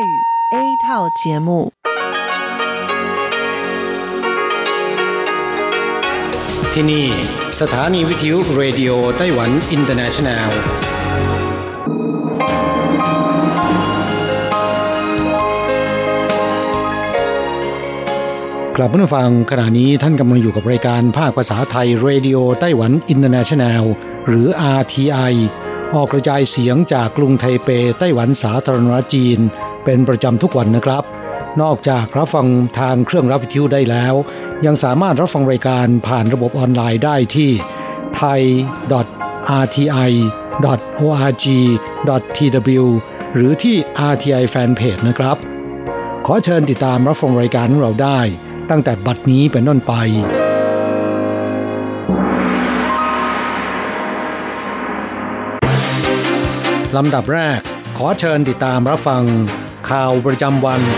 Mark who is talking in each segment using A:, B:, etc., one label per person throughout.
A: 语 A 套节目
B: ที่นี่สถานีวิทยุเรดิโอไต้หวันอินเตอร์เนชั่นแนลกลับมาฟังขณะนี้ท่านกำลังอยู่กับรายการภาคภาษาไทยเรดิโอไต้หวันอินเตอร์เนชั่นแนลหรือ RTI ออกกระจายเสียงจากกรุงไทเปไต้หวันสาธารณรัฐจีนเป็นประจำทุกวันนะครับนอกจากรับฟังทางเครื่องรับวิทยุได้แล้วยังสามารถรับฟังรายการผ่านระบบออนไลน์ได้ที่ thai.rti.org.tw หรือที่ RTI Fanpage นะครับขอเชิญติดตามรับฟังรายการของเราได้ตั้งแต่บัดนี้เป็นต้นไปลำดับแรกขอเชิญติดตามรับฟังข่าวประจำวัน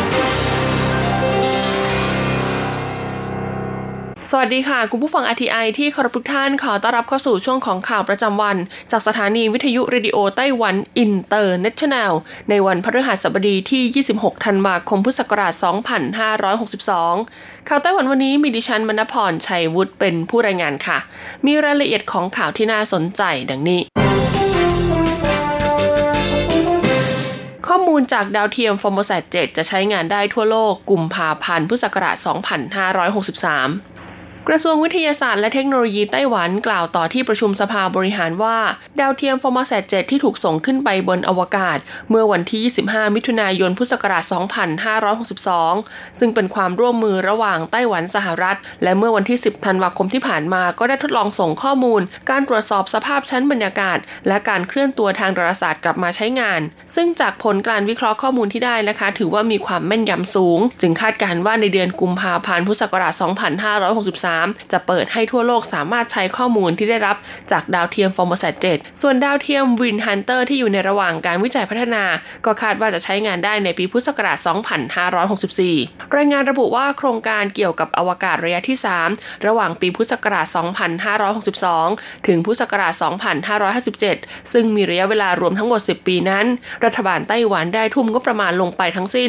C: สวัสดีค่ะคุณผู้ฟัง RTI ที่เคารพทุกท่านขอต้อนรับเข้าสู่ช่วงของข่าวประจำวันจากสถานีวิทยุเรดิโอไต้หวันอินเตอร์เนชั่นแนลในวันพฤหัสบดีที่26ธันวาคมพุทธศักราช2562ข่าวไต้หวันวันนี้มีดิฉันมณพรชัยวุฒิเป็นผู้รายงานค่ะมีรายละเอียดของข่าวที่น่าสนใจดังนี้ข้อมูลจากดาวเทียม Formosat 7 จะใช้งานได้ทั่วโลกกุมภาพันธ์พุทธศักราช2563กระทรวงวิทยาศาสตร์และเทคโนโลยีไต้หวันกล่าวต่อที่ประชุมสภาบริหารว่าดาวเทียม Formosat 7 ที่ถูกส่งขึ้นไปบนอวกาศเมื่อวันที่25มิถุนายนพุทธศักราช2562ซึ่งเป็นความร่วมมือระหว่างไต้หวันสหรัฐและเมื่อวันที่10ธันวาคมที่ผ่านมาก็ได้ทดลองส่งข้อมูลการตรวจสอบสภาพชั้นบรรยากาศและการเคลื่อนตัวทางดาราศาสตร์กลับมาใช้งานซึ่งจากผลการวิเคราะห์ข้อมูลที่ได้นะคะถือว่ามีความแม่นยำสูงจึงคาดการณ์ว่าในเดือนกุมภาพันธ์พุทธศักราช2563จะเปิดให้ทั่วโลกสามารถใช้ข้อมูลที่ได้รับจากดาวเทียม Formosat 7 ส่วนดาวเทียม Wind Hunter ที่อยู่ในระหว่างการวิจัยพัฒนาก็คาดว่าจะใช้งานได้ในปีพุทธศักราช2564รายงานระบุว่าโครงการเกี่ยวกับอวกาศระยะที่3ระหว่างปีพุทธศักราช2562ถึงพุทธศักราช2557ซึ่งมีระยะเวลารวมทั้งหมด10ปีนั้นรัฐบาลไต้หวันได้ทุ่มงบประมาณลงไปทั้งสิ้น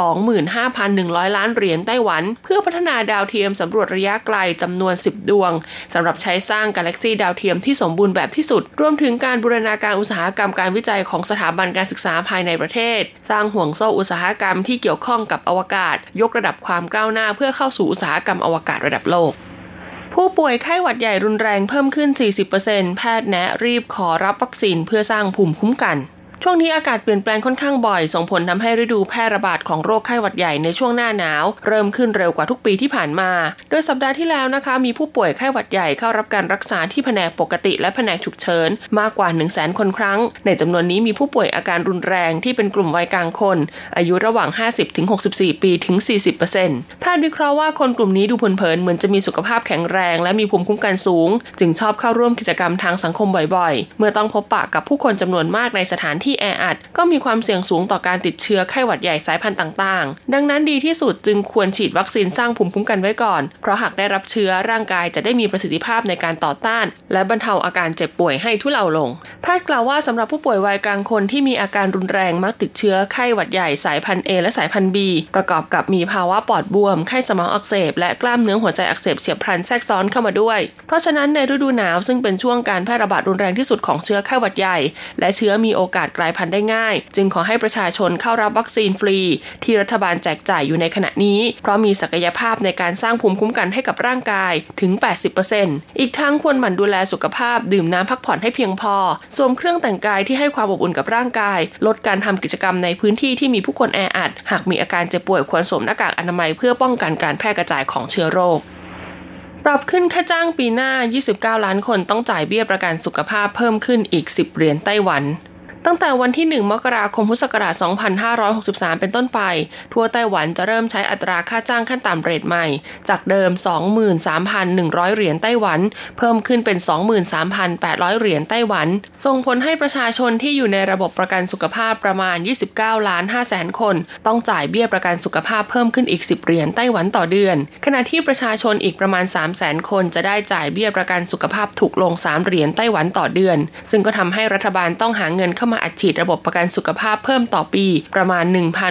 C: 25,100 ล้านเหรียญไต้หวันเพื่อพัฒนาดาวเทียมสำรวจระยะไกลจำนวน10ดวงสำหรับใช้สร้างกาแล็กซี่ดาวเทียมที่สมบูรณ์แบบที่สุดรวมถึงการบูรณาการอุตสาหกรรมการวิจัยของสถาบันการศึกษาภายในประเทศสร้างห่วงโซ่อุตสาหกรรมที่เกี่ยวข้องกับอวกาศยกระดับความก้าวหน้าเพื่อเข้าสู่อุตสาหกรรมอวกาศระดับโลกผู้ป่วยไข้หวัดใหญ่รุนแรงเพิ่มขึ้น 40% แพทย์แนะรีบขอรับวัคซีนเพื่อสร้างภูมิคุ้มกันช่วงนี้อากาศเปลี่ยนแปลงค่อนข้างบ่อยส่งผลทำให้ฤดูแพร่ระบาดของโรคไข้หวัดใหญ่ในช่วงหน้าหนาวเริ่มขึ้นเร็วกว่าทุกปีที่ผ่านมาโดยสัปดาห์ที่แล้วนะคะมีผู้ป่วยไข้หวัดใหญ่เข้ารับการรักษาที่แผนกปกติและแผนกฉุกเฉินมากกว่า 100,000 คนครั้งในจำนวนนี้มีผู้ป่วยอาการรุนแรงที่เป็นกลุ่มวัยกลางคนอายุระหว่าง 50-64 ปีถึง 40% แพทย์วิเคราะห์ว่าคนกลุ่มนี้ดูเผินๆเหมือนจะมีสุขภาพแข็งแรงและมีภูมิคุ้มกันสูงจึงชอบเข้าร่วมกิจกรรมทางสังคมบ่อยๆเมื่อต้องพบปะกับผู้คนจำนวนมากในสถานที่แออัดก็มีความเสี่ยงสูงต่อการติดเชื้อไข้หวัดใหญ่สายพันธุ์ต่างๆดังนั้นดีที่สุดจึงควรฉีดวัคซีนสร้างภูมิคุ้มกันไว้ก่อนเพราะหากได้รับเชื้อร่างกายจะได้มีประสิทธิภาพในการต่อต้านและบรรเทาอาการเจ็บป่วยให้ทุเลาลงแพทย์กล่าวว่าสำหรับผู้ป่วยวัยกลางคนที่มีอาการรุนแรงมักติดเชื้อไข้หวัดใหญ่สายพันธุ์ A และสายพันธุ์ B ประกอบกับมีภาวะปอดบวมไข้สมองอักเสบและกล้ามเนื้อหัวใจอักเสบเฉียบพลันแทรกซ้อนเข้ามาด้วยเพราะฉะนั้นในฤดูหนาวซึ่งเป็นช่วงการแพร่ระบาดรุนแรงที่สุดของเชื้อไข้หวัดใหญ่และเชื้อมีโอกาสกลายพันธุ์ได้ง่ายจึงขอให้ประชาชนเข้ารับวัคซีนฟรีที่รัฐบาลแจกจ่ายอยู่ในขณะนี้เพราะมีศักยภาพในการสร้างภูมิคุ้มกันให้กับร่างกายถึง 80% อีกทั้งควรหมั่นดูแลสุขภาพดื่มน้ำพักผ่อนให้เพียงพอสวมเครื่องแต่งกายที่ให้ความอบอุ่นกับร่างกายลดการทำกิจกรรมในพื้นที่ที่มีผู้คนแออัดหากมีอาการเจ็บป่วยควรสวมหน้ากากอนามัยเพื่อป้องกันการแพร่กระจายของเชื้อโรคปรับขึ้นค่าจ้างปีหน้า29ล้านคนต้องจ่ายเบี้ยประกันสุขภาพเพิ่มขึ้นอีก10เหรียญไต้หวันตั้งแต่วันที่1มกราคมพุทธศักราช2563เป็นต้นไปทั่วไต้หวันจะเริ่มใช้อัตราค่าจ้างขั้นต่ำเรทใหม่จากเดิม 23,100 เหรียญไต้หวันเพิ่มขึ้นเป็น 23,800 เหรียญไต้หวันส่งผลให้ประชาชนที่อยู่ในระบบประกันสุขภาพประมาณ 29.5 คนต้องจ่ายเบี้ยประกันสุขภาพเพิ่มขึ้นอีก10เหรียญไต้หวันต่อเดือนขณะที่ประชาชนอีกประมาณ 300,000 คนจะได้จ่ายเบี้ยประกันสุขภาพถูกลง3เหรียญไต้หวันต่อเดือนซึ่งก็ทำให้รัฐบาลต้องหาเงินเข้ามาอัดฉีดระบบประกันสุขภาพเพิ่มต่อปีประมาณ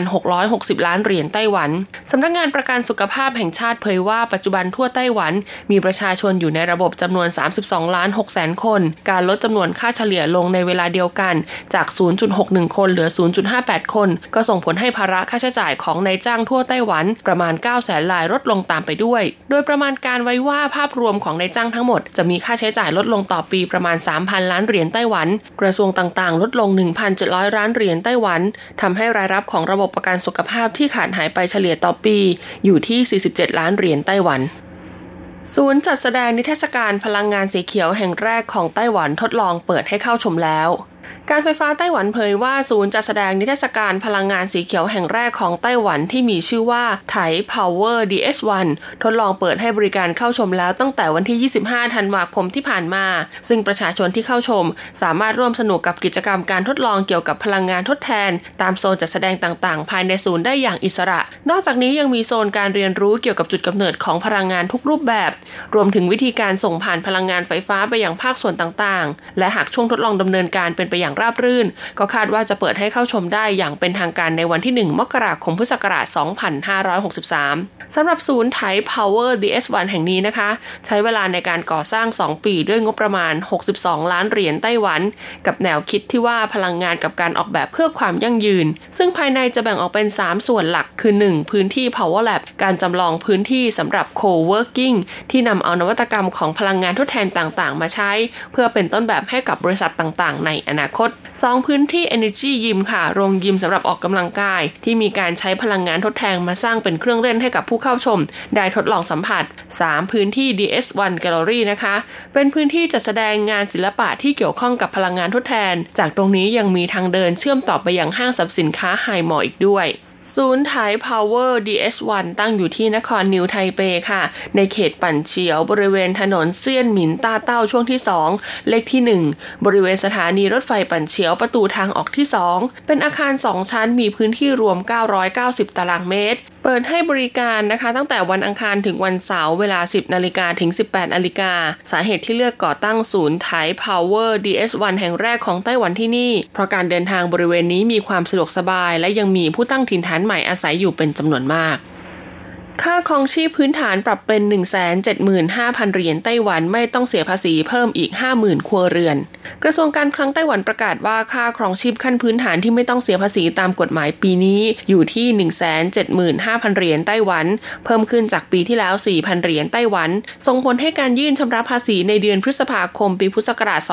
C: 1,660 ล้านเหรียญไต้หวันสำนักงานประกันสุขภาพแห่งชาติเผยว่าปัจจุบันทั่วไต้หวันมีประชาชนอยู่ในระบบจำนวน 32 ล้าน 6 แสนคนการลดจำนวนค่าเฉลี่ยลงในเวลาเดียวกันจาก 0.61 คนเหลือ 0.58 คนก็ส่งผลให้ภาระค่าใช้จ่ายของนายจ้างทั่วไต้หวันประมาณ 9 แสนรายลดลงตามไปด้วยโดยประมาณการไว้ว่าภาพรวมของนายจ้างทั้งหมดจะมีค่าใช้จ่ายลดลงต่อปีประมาณ 3,000 ล้านเหรียญไต้หวันกระทรวงต่างๆลดลง 1,700 ล้านเหรียญไต้หวันทำให้รายรับของระบบประกันสุขภาพที่ขาดหายไปเฉลี่ยต่อปีอยู่ที่ 47 ล้านเหรียญไต้หวันศูนย์จัดแสดงนิทรรศการพลังงานสีเขียวแห่งแรกของไต้หวันทดลองเปิดให้เข้าชมแล้วการไฟฟ้าไต้หวันเผยว่าศูนย์จัดแสดงนิทรรศการพลังงานสีเขียวแห่งแรกของไต้หวันที่มีชื่อว่าไถ Power DS1 ทดลองเปิดให้บริการเข้าชมแล้วตั้งแต่วันที่25ธันวาคมที่ผ่านมาซึ่งประชาชนที่เข้าชมสามารถร่วมสนุกกับกิจกรรมการทดลองเกี่ยวกับพลังงานทดแทนตามโซนจัดแสดงต่างๆภายในศูนย์ได้อย่างอิสระนอกจากนี้ยังมีโซนการเรียนรู้เกี่ยวกับจุดกำเนิดของพลังงานทุกรูปแบบรวมถึงวิธีการส่งผ่านพลังงานไฟฟ้าไปยังภาคส่วนต่างๆและหากช่วงทดลองดำเนินการเป็นไปอย่างราบรื่นก็คาดว่าจะเปิดให้เข้าชมได้อย่างเป็นทางการในวันที่1มกราคมพุทธศักราช2563สำหรับศูนย์ไถ Power DS1 แห่งนี้นะคะใช้เวลาในการก่อสร้าง2ปีด้วยงบประมาณ62ล้านเหรียญไต้หวันกับแนวคิดที่ว่าพลังงานกับการออกแบบเพื่อความยั่งยืนซึ่งภายในจะแบ่งออกเป็น3ส่วนหลักคือ1พื้นที่ Power Lab การจำลองพื้นที่สำหรับ Co-working ที่นำเอานวัตกรรมของพลังงานทดแทนต่างๆมาใช้เพื่อเป็นต้นแบบให้กับบริษัทต่างๆในอนาคต2พื้นที่ Energy Gym ค่ะโรงยิมสำหรับออกกำลังกายที่มีการใช้พลังงานทดแทนมาสร้างเป็นเครื่องเล่นให้กับผู้เข้าชมได้ทดลองสัมผัส3พื้นที่ DS1 Gallery นะคะเป็นพื้นที่จัดแสดงงานศิลปะที่เกี่ยวข้องกับพลังงานทดแทนจากตรงนี้ยังมีทางเดินเชื่อมต่อไปยังห้างสรรพสินค้าไฮมอลล์อีกด้วยศูนย์ไถ Power DS1 ตั้งอยู่ที่นครนิวไทเปค่ะในเขตปั่นเฉียวบริเวณถนนเซี่ยนหมินต้าเต้าช่วงที่2เลขที่1บริเวณสถานีรถไฟปั่นเฉียวประตูทางออกที่2เป็นอาคาร2ชั้นมีพื้นที่รวม990ตารางเมตรเปิดให้บริการนะคะตั้งแต่วันอังคารถึงวันเสาร์เวลา 10 นาฬิกาถึง 18 นาฬิกาสาเหตุที่เลือกก่อตั้งศูนย์ไถ Power DS1 แห่งแรกของไต้หวันที่นี่เพราะการเดินทางบริเวณนี้มีความสะดวกสบายและยังมีผู้ตั้งถิ่นฐานใหม่อาศัยอยู่เป็นจำนวนมากค่าครองชีพพื้นฐานปรับเป็น 175,000 เหรียญไต้หวันไม่ต้องเสียภาษีเพิ่มอีก 50,000 ครัวเรือนกระทรวงการคลังไต้หวันประกาศว่าค่าครองชีพขั้นพื้นฐานที่ไม่ต้องเสียภาษีตามกฎหมายปีนี้อยู่ที่ 175,000 เหรียญไต้หวันเพิ่มขึ้นจากปีที่แล้ว 4,000 เหรียญไต้หวันส่งผลให้การยื่นชำระภาษีในเดือนพฤษภาคมปีพุทธศักราช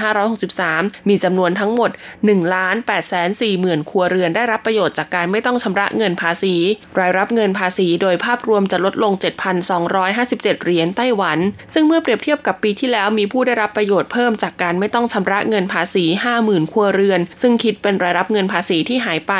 C: 2563 มีจำนวนทั้งหมด 1,840,000 ครัวเรือนได้รับประโยชน์จากการไม่ต้องชำระเงินภาษีรายรับเงินภาษีโดยภาพรวมจะลดลง 7,257 เหรียญไต้หวันซึ่งเมื่อเปรียบเทียบกับปีที่แล้วมีผู้ได้รับประโยชน์เพิ่มจากการไม่ต้องชำระเงินภาษี 50,000 ครัวเรือนซึ่งคิดเป็นรายรับเงินภาษีที่หายไป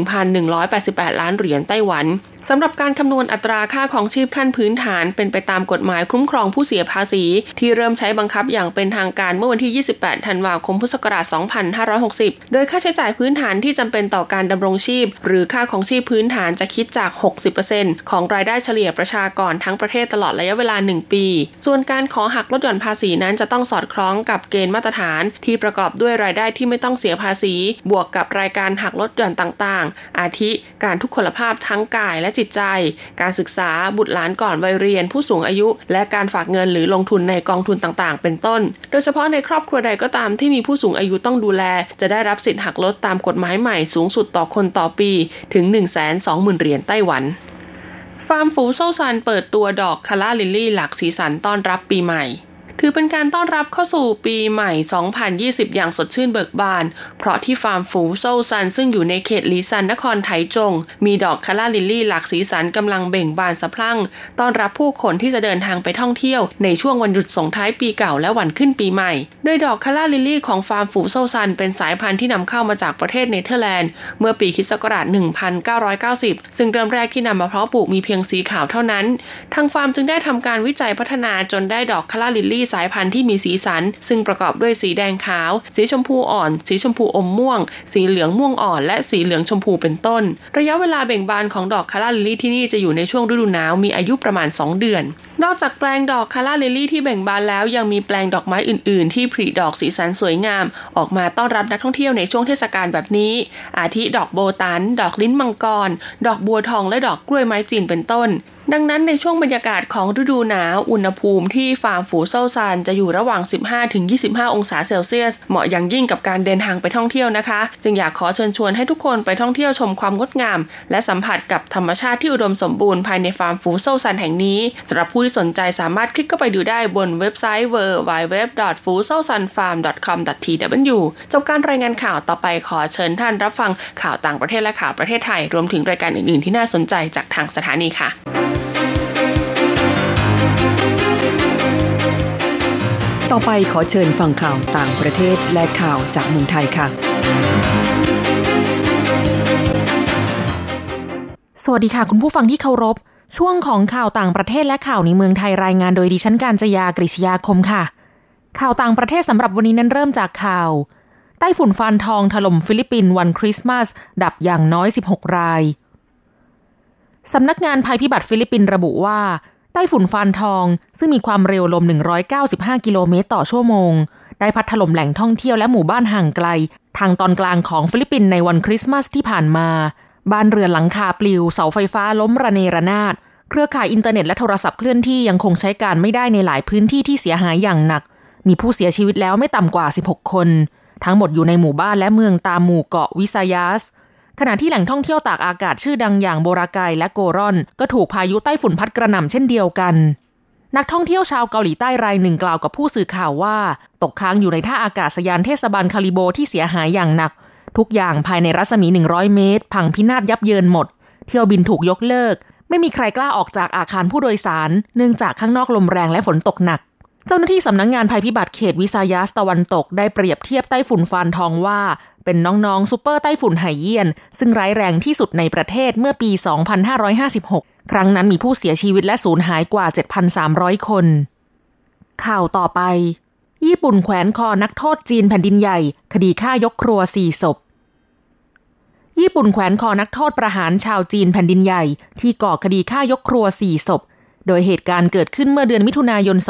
C: 1,188 ล้านเหรียญไต้หวันสำหรับการคำนวณอัตราค่าครองชีพขั้นพื้นฐานเป็นไปตามกฎหมายคุ้มครองผู้เสียภาษีที่เริ่มใช้บังคับอย่างเป็นทางการเมื่อวันที่ 28 ธันวาคมพุทธศักราช 2560 โดยค่าใช้จ่ายพื้นฐานที่จำเป็นต่อการดำรงชีพหรือค่าครองชีพพื้นฐานจะคิดจาก 60% ของรายได้เฉลี่ยประชากรทั้งประเทศตลอดระยะเวลา 1 ปีส่วนการขอหักลดหย่อนภาษีนั้นจะต้องสอดคล้องกับเกณฑ์มาตรฐานที่ประกอบด้วยรายได้ที่ไม่ต้องเสียภาษีบวกกับรายการหักลดหย่อนต่างๆอาทิการทุพพลภาพทั้งกายและจิตใจการศึกษาบุตรหลานก่อนวัยเรียนผู้สูงอายุและการฝากเงินหรือลงทุนในกองทุนต่างๆเป็นต้นโดยเฉพาะในครอบครัวใดก็ตามที่มีผู้สูงอายุต้องดูแลจะได้รับสิทธิ์หักลดตามกฎหมายใหม่สูงสุดต่อคนต่อปีถึง 120,000 เหรียญไต้หวันฟาร์มฟูโซซันเปิดตัวดอกคาล่าลิลลี่หลากสีสันต้อนรับปีใหม่ถือเป็นการต้อนรับเข้าสู่ปีใหม่ 2020 อย่างสดชื่นเบิกบานเพราะที่ฟาร์มฟูโซซันซึ่งอยู่ในเขตหลีซันนครไถจงมีดอกคาล่าลิลลี่หลากสีสันกำลังเบ่งบานสะพรั่งต้อนรับผู้คนที่จะเดินทางไปท่องเที่ยวในช่วงวันหยุดส่งท้ายปีเก่าและวันขึ้นปีใหม่โดยดอกคาล่าลิลลี่ของฟาร์มฟูโซซันเป็นสายพันธุ์ที่นำเข้ามาจากประเทศเนเธอร์แลนด์เมื่อปีค.ศ. 1990 ซึ่งเริ่มแรกที่นำมาเพาะปลูกมีเพียงสีขาวเท่านั้นทางฟาร์มจึงได้ทำการวิจัยพัฒนาจนได้ดอกคาล่าลิลลี่รี่สายพันธุ์ที่มีสีสันซึ่งประกอบด้วยสีแดงขาวสีชมพูอ่อนสีชมพูอมม่วงสีเหลืองม่วงอ่อนและสีเหลืองชมพูเป็นต้นระยะเวลาเบ่งบานของดอกคาราลิลลี่ที่นี่จะอยู่ในช่วงฤดูหนาวมีอายุประมาณ2เดือนนอกจากแปลงดอกคาราลิลลี่ที่เบ่งบานแล้วยังมีแปลงดอกไม้อื่นๆที่ผลิดอกสีสันสวยงามออกมาต้อนรับนักท่องเที่ยวในช่วงเทศกาลแบบนี้อาทิดอกโบตันดอกลิ้นมังกรดอกบัวทองและดอกกล้วยไม้จีนเป็นต้นดังนั้นในช่วงบรรยากาศของฤดูหนาวอุณหภูมิที่ฟาร์มฝูเซ่าซานจะอยู่ระหว่าง 15-25 องศาเซลเซียสเหมาะอย่างยิ่งกับการเดินทางไปท่องเที่ยวนะคะจึงอยากขอเชิญชวนให้ทุกคนไปท่องเที่ยวชมความงดงามและสัมผัสกับธรรมชาติที่อุดมสมบูรณ์ภายในฟาร์มฝูเซ่าซานแห่งนี้สำหรับผู้ที่สนใจสามารถคลิกเข้าไปดูได้บนเว็บไซต์ www.fusaosanfarm.com.tw จบการรายงานข่าวต่อไปขอเชิญท่านรับฟังข่าวต่างประเทศและข่าวประเทศไทยรวมถึงรายการอื่นๆที่น่าสนใจจากทางสถานีค่ะ
A: ต่อไปขอเชิญฟังข่าวต่างประเทศและข่าวจากเมืองไทยค่ะ
D: สวัสดีค่ะคุณผู้ฟังที่เคารพช่วงของข่าวต่างประเทศและข่าวในเมืองไทยรายงานโดยดิฉันกาญจยากฤษยาคมค่ะข่าวต่างประเทศสำหรับวันนี้นั้นเริ่มจากข่าวไต้ฝุ่นฟานทองถล่มฟิลิปปินส์วันคริสต์มาสดับอย่างน้อย16รายสำนักงานภัยพิบัติฟิลิปปินส์ระบุว่าไต้ฝุ่นฟานทองซึ่งมีความเร็วลม195กิโลเมตรต่อชั่วโมงได้พัดถล่มแหล่งท่องเที่ยวและหมู่บ้านห่างไกลทางตอนกลางของฟิลิปปินส์ในวันคริสต์มาสที่ผ่านมาบ้านเรือนหลังคาปลิวเสาไฟฟ้าล้มระเนระนาดเครือข่ายอินเทอร์เน็ตและโทรศัพท์เคลื่อนที่ยังคงใช้การไม่ได้ในหลายพื้นที่ที่เสียหายอย่างหนักมีผู้เสียชีวิตแล้วไม่ต่ำกว่า16คนทั้งหมดอยู่ในหมู่บ้านและเมืองตามหมู่เกาะวิซายาสขณะที่แหล่งท่องเที่ยวตากอากาศชื่อดังอย่างโบราไกและโกรอนก็ถูกพายุไต้ฝุ่นพัดกระหน่ำเช่นเดียวกันนักท่องเที่ยวชาวเกาหลีใต้รายหนึ่งกล่าวกับผู้สื่อข่าวว่าตกค้างอยู่ในท่าอากาศยานเทศบาลคาลิโบที่เสียหายอย่างหนักทุกอย่างภายในรัศมี100เมตรพังพินาศยับเยินหมดเที่ยวบินถูกยกเลิกไม่มีใครกล้าออกจากอาคารผู้โดยสารเนื่องจากข้างนอกลมแรงและฝนตกหนักเจ้าหน้าที่สำนักงานภัยพิบัติเขตวิซายาสตะวันตกได้เปรียบเทียบไต้ฝุ่นฟานทองว่าเป็นน้องๆซุปเปอร์ไต้ฝุ่นไหเยี่ยนซึ่งร้ายแรงที่สุดในประเทศเมื่อปี 2556 ครั้งนั้นมีผู้เสียชีวิตและสูญหายกว่า 7,300 คนข่าวต่อไปญี่ปุ่นแขวนคอนักโทษจีนแผ่นดินใหญ่คดีฆ่ายกครัว4ศพญี่ปุ่นแขวนคอนักโทษประหารชาวจีนแผ่นดินใหญ่ที่ก่อคดีฆ่ายกครัว4ศพโดยเหตุการณ์เกิดขึ้นเมื่อเดือนมิถุนายน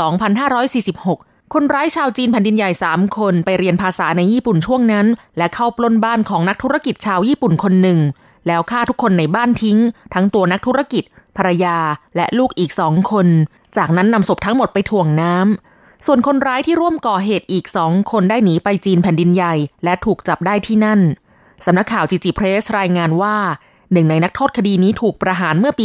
D: 2546 คนร้ายชาวจีนแผ่นดินใหญ่3คนไปเรียนภาษาในญี่ปุ่นช่วงนั้นและเข้าปล้นบ้านของนักธุรกิจชาวญี่ปุ่นคนหนึ่งแล้วฆ่าทุกคนในบ้านทิ้งทั้งตัวนักธุรกิจภรรยาและลูกอีก2คนจากนั้นนำศพทั้งหมดไปถ่วงน้ำส่วนคนร้ายที่ร่วมก่อเหตุอีก2คนได้หนีไปจีนแผ่นดินใหญ่และถูกจับได้ที่นั่นสำนักข่าวจีจีเพรสรายงานว่าหนึ่งในนักโทษคดีนี้ถูกประหารเมื่อปี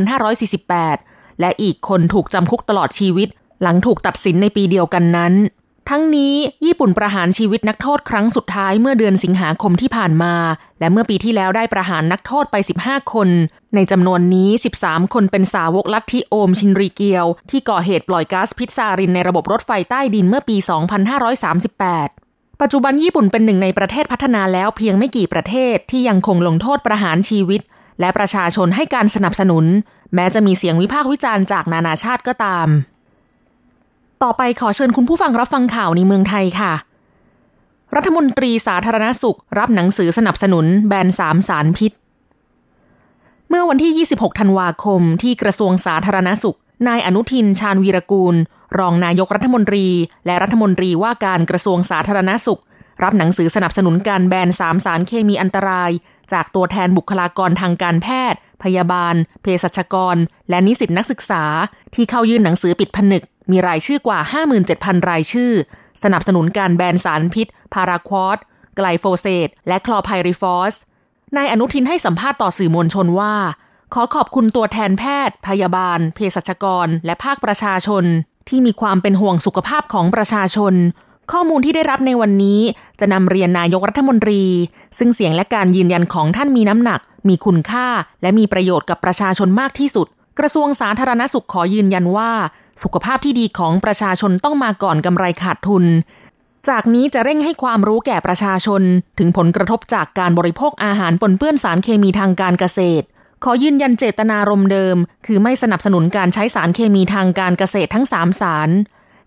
D: 2548 และอีกคนถูกจำคุกตลอดชีวิตหลังถูกตัดสินในปีเดียวกันนั้นทั้งนี้ญี่ปุ่นประหารชีวิตนักโทษครั้งสุดท้ายเมื่อเดือนสิงหาคมที่ผ่านมาและเมื่อปีที่แล้วได้ประหารนักโทษไป15คนในจำนวนนี้13คนเป็นสาวกลัทธิโอมชินริเกียวที่ก่อเหตุปล่อยก๊าซพิษซารินในระบบรถไฟใต้ดินเมื่อปี 2538 ปัจจุบันญี่ปุ่นเป็นหนึ่งในประเทศพัฒนาแล้วเพียงไม่กี่ประเทศที่ยังคงลงโทษประหารชีวิตและประชาชนให้การสนับสนุนแม้จะมีเสียงวิพากษ์วิจารณ์จากนานาชาติก็ตามต่อไปขอเชิญคุณผู้ฟังรับฟังข่าวในเมืองไทยค่ะรัฐมนตรีสาธารณสุขรับหนังสือสนับสนุนแบน3สารพิษเมื่อวันที่26ธันวาคมที่กระทรวงสาธารณสุขนายอนุทินชาญวีรกูลรองนายกรัฐมนตรีและรัฐมนตรีว่าการกระทรวงสาธารณสุขรับหนังสือสนับสนุนการแบน3สารเคมีอันตรายจากตัวแทนบุคลากรทางการแพทย์พยาบาลเภสัชกรและนิสิตนักศึกษาที่เข้ายื่นหนังสือปิดผนึกมีรายชื่อกว่า 57,000 รายชื่อสนับสนุนการแบนสารพิษพาราควอตไกลโฟเซตและคลอไพริฟอสนายอนุทินให้สัมภาษณ์ต่อสื่อมวลชนว่าขอขอบคุณตัวแทนแพทย์พยาบาลเภสัชกรและภาคประชาชนที่มีความเป็นห่วงสุขภาพของประชาชนข้อมูลที่ได้รับในวันนี้จะนำเรียนนายกรัฐมนตรีซึ่งเสียงและการยืนยันของท่านมีน้ำหนักมีคุณค่าและมีประโยชน์กับประชาชนมากที่สุดกระทรวงสาธารณสุขขอยืนยันว่าสุขภาพที่ดีของประชาชนต้องมาก่อนกำไรขาดทุนจากนี้จะเร่งให้ความรู้แก่ประชาชนถึงผลกระทบจากการบริโภคอาหารปนเปื้อนสารเคมีทางการเกษตรขอยืนยันเจตนารมณ์เดิมคือไม่สนับสนุนการใช้สารเคมีทางการเกษตรทั้ง3สาร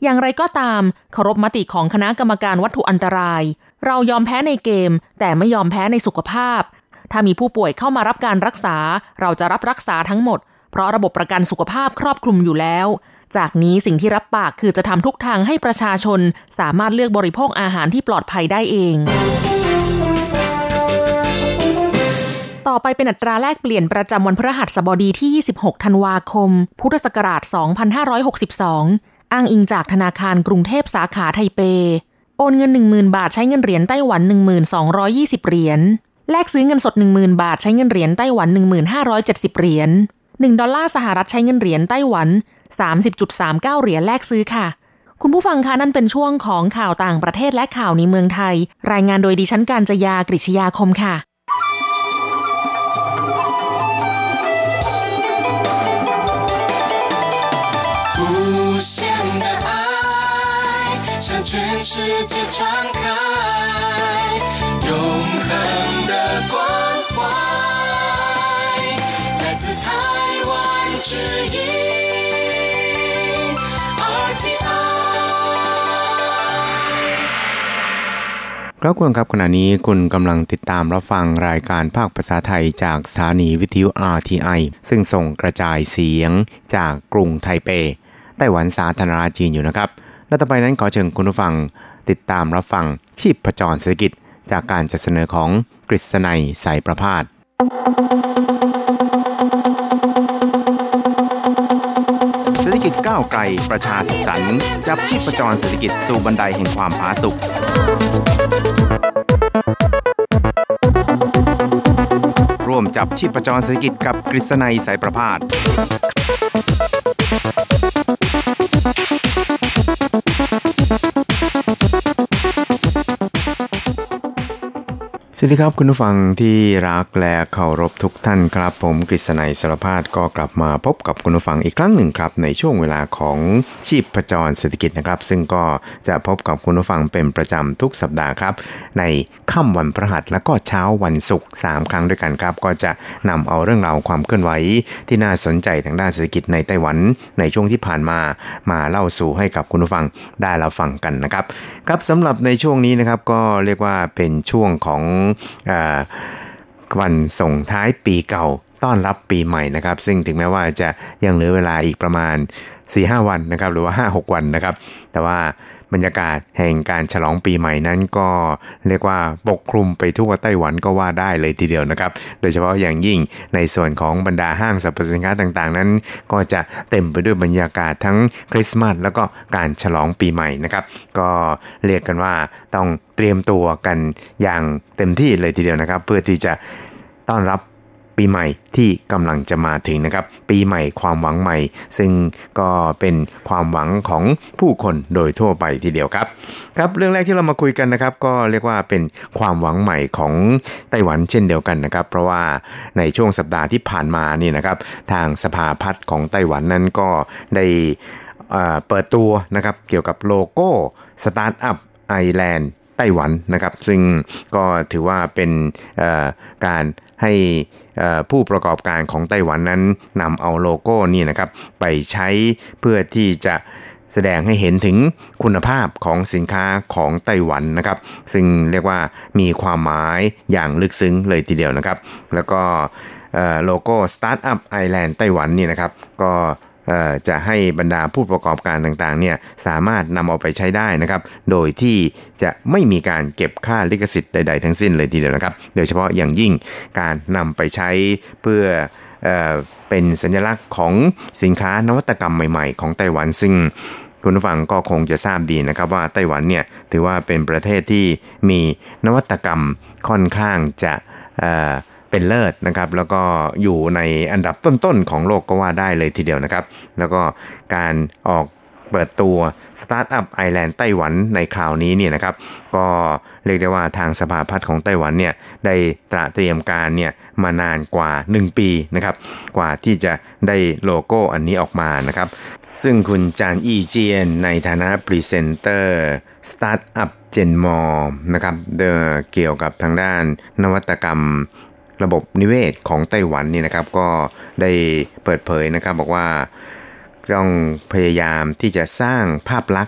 D: อย่างไรก็ตามเคารพมติของคณะกรรมการวัตถุอันตรายเรายอมแพ้ในเกมแต่ไม่ยอมแพ้ในสุขภาพถ้ามีผู้ป่วยเข้ามารับการรักษาเราจะรับรักษาทั้งหมดเพราะระบบประกันสุขภาพครอบคลุมอยู่แล้วจากนี้สิ่งที่รับปากคือจะทำทุกทางให้ประชาชนสามารถเลือกบริโภคอาหารที่ปลอดภัยได้เองต่อไปเป็นอัตราแลกเปลี่ยนประจำวันพฤหัสบดีที่26ธันวาคมพุทธศักราช2562อ้างอิงจากธนาคารกรุงเทพสาขาไทเปโอนเงิน 10,000 บาทใช้เงินเหรียญไต้หวัน 1220 เหรียญแลกซื้อเงินสด 10,000 บาทใช้เงินเหรียญไต้หวัน 1570 เหรียญ1ดอลลาร์สหรัฐใช้เงินเหรียญไต้หวัน 30.39 เหรียญแลกซื้อค่ะคุณผู้ฟังคะนั่นเป็นช่วงของข่าวต่างประเทศและข่าวในเมืองไทยรายงานโดยดิฉันกาญจยากฤษยาคมค่ะ
E: 向全世界传开永恒的关怀来自台湾之音 RTI
F: ครับคุณครับขณะนี้คุณกำลังติดตามรับฟังรายการภาคภาษาไทยจากสถานีวิทยุ RTI ซึ่งส่งกระจายเสียงจากกรุงไทเปไต้หวันสาธารณรัฐจีนอยู่นะครับและต่อไปนั้นขอเชิญคุณผู้ฟังติดตามรับฟังชีพจรเศรษฐกิจจากการจัดเสนอของกฤษณัยสายประภาสเศรษฐกิจก้าวไกลประชาสุขสันต์จับชีพจรเศรษฐกิจสู่บันไดแห่งความผาสุกร่วมจับชีพจรเศรษฐกิจกับกฤษณัยสายประภาสสวัสดีครับคุณผู้ฟังที่รักและเคารพทุกท่านครับผมกฤษณัยสารพาดก็กลับมาพบกับคุณผู้ฟังอีกครั้งหนึ่งครับในช่วงเวลาของชีพจรเศรษฐกิจนะครับซึ่งก็จะพบกับคุณผู้ฟังเป็นประจำทุกสัปดาห์ครับในค่ำวันพฤหัสและก็เช้าวันศุกร์3ครั้งด้วยกันครับก็จะนำเอาเรื่องราวความเคลื่อนไหวที่น่าสนใจทางด้านเศรษฐกิจในไต้หวันในช่วงที่ผ่านมาเล่าสู่ให้กับคุณผู้ฟังได้รับฟังกันนะครับครับสำหรับในช่วงนี้นะครับก็เรียกว่าเป็นช่วงของวันส่งท้ายปีเก่าต้อนรับปีใหม่นะครับซึ่งถึงแม้ว่าจะยังเหลือเวลาอีกประมาณ 4-5 วันนะครับหรือว่า 5-6 วันนะครับแต่ว่าบรรยากาศแห่งการฉลองปีใหม่นั้นก็เรียกว่าปกคลุมไปทั่วไต้หวันก็ว่าได้เลยทีเดียวนะครับโดยเฉพาะอย่างยิ่งในส่วนของบรรดาห้างสรรพสินค้าต่างๆนั้นก็จะเต็มไปด้วยบรรยากาศทั้งคริสต์มาสแล้วก็การฉลองปีใหม่นะครับก็เรียกกันว่าต้องเตรียมตัวกันอย่างเต็มที่เลยทีเดียวนะครับเพื่อที่จะต้อนรับปีใหม่ที่กำลังจะมาถึงนะครับปีใหม่ความหวังใหม่ซึ่งก็เป็นความหวังของผู้คนโดยทั่วไปทีเดียวครับครับเรื่องแรกที่เรามาคุยกันนะครับก็เรียกว่าเป็นความหวังใหม่ของไต้หวันเช่นเดียวกันนะครับเพราะว่าในช่วงสัปดาห์ที่ผ่านมานี่นะครับทางสภาพัฒน์ของไต้หวันนั้นก็ได้เปิดตัวนะครับเกี่ยวกับโลโก้สตาร์ทอัพไอแลนด์ไต้หวันนะครับซึ่งก็ถือว่าเป็นการให้ผู้ประกอบการของไต้หวันนั้นนำเอาโลโก้นี่นะครับไปใช้เพื่อที่จะแสดงให้เห็นถึงคุณภาพของสินค้าของไต้หวันนะครับซึ่งเรียกว่ามีความหมายอย่างลึกซึ้งเลยทีเดียวนะครับแล้วก็โลโก้ Startup Island ไต้หวันนี่นะครับก็จะให้บรรดาผู้ประกอบการต่างๆเนี่ยสามารถนำเอาไปใช้ได้นะครับโดยที่จะไม่มีการเก็บค่าลิขสิทธิ์ใดๆทั้งสิ้นเลยทีเดียวนะครับโดยเฉพาะอย่างยิ่งการนำไปใช้เพื่อเป็นสัญลักษณ์ของสินค้านวัตกรรมใหม่ๆของไต้หวันซึ่งคุณผู้ฟังก็คงจะทราบดีนะครับว่าไต้หวันเนี่ยถือว่าเป็นประเทศที่มีนวัตกรรมค่อนข้างจะเป็นเลิศนะครับแล้วก็อยู่ในอันดับต้นๆของโลกก็ว่าได้เลยทีเดียวนะครับแล้วก็การออกเปิดตัวสตาร์ทอัพไอแลนด์ไต้หวันในคราวนี้เนี่ยนะครับก็เรียกได้ว่าทางสภาพัฒน์ของไต้หวันเนี่ยได้เตรียมการเนี่ยมานานกว่า1ปีนะครับกว่าที่จะได้โลโก้อันนี้ออกมานะครับซึ่งคุณจานอี้เจียนในฐานะพรีเซนเตอร์สตาร์ทอัพเจนมอนะครับเกี่ยวกับทางด้านนวัตกรรมระบบนิเวศของไต้หวันนี่นะครับก็ได้เปิดเผยนะครับบอกว่าต้องพยายามที่จะสร้างภาพลักษณ์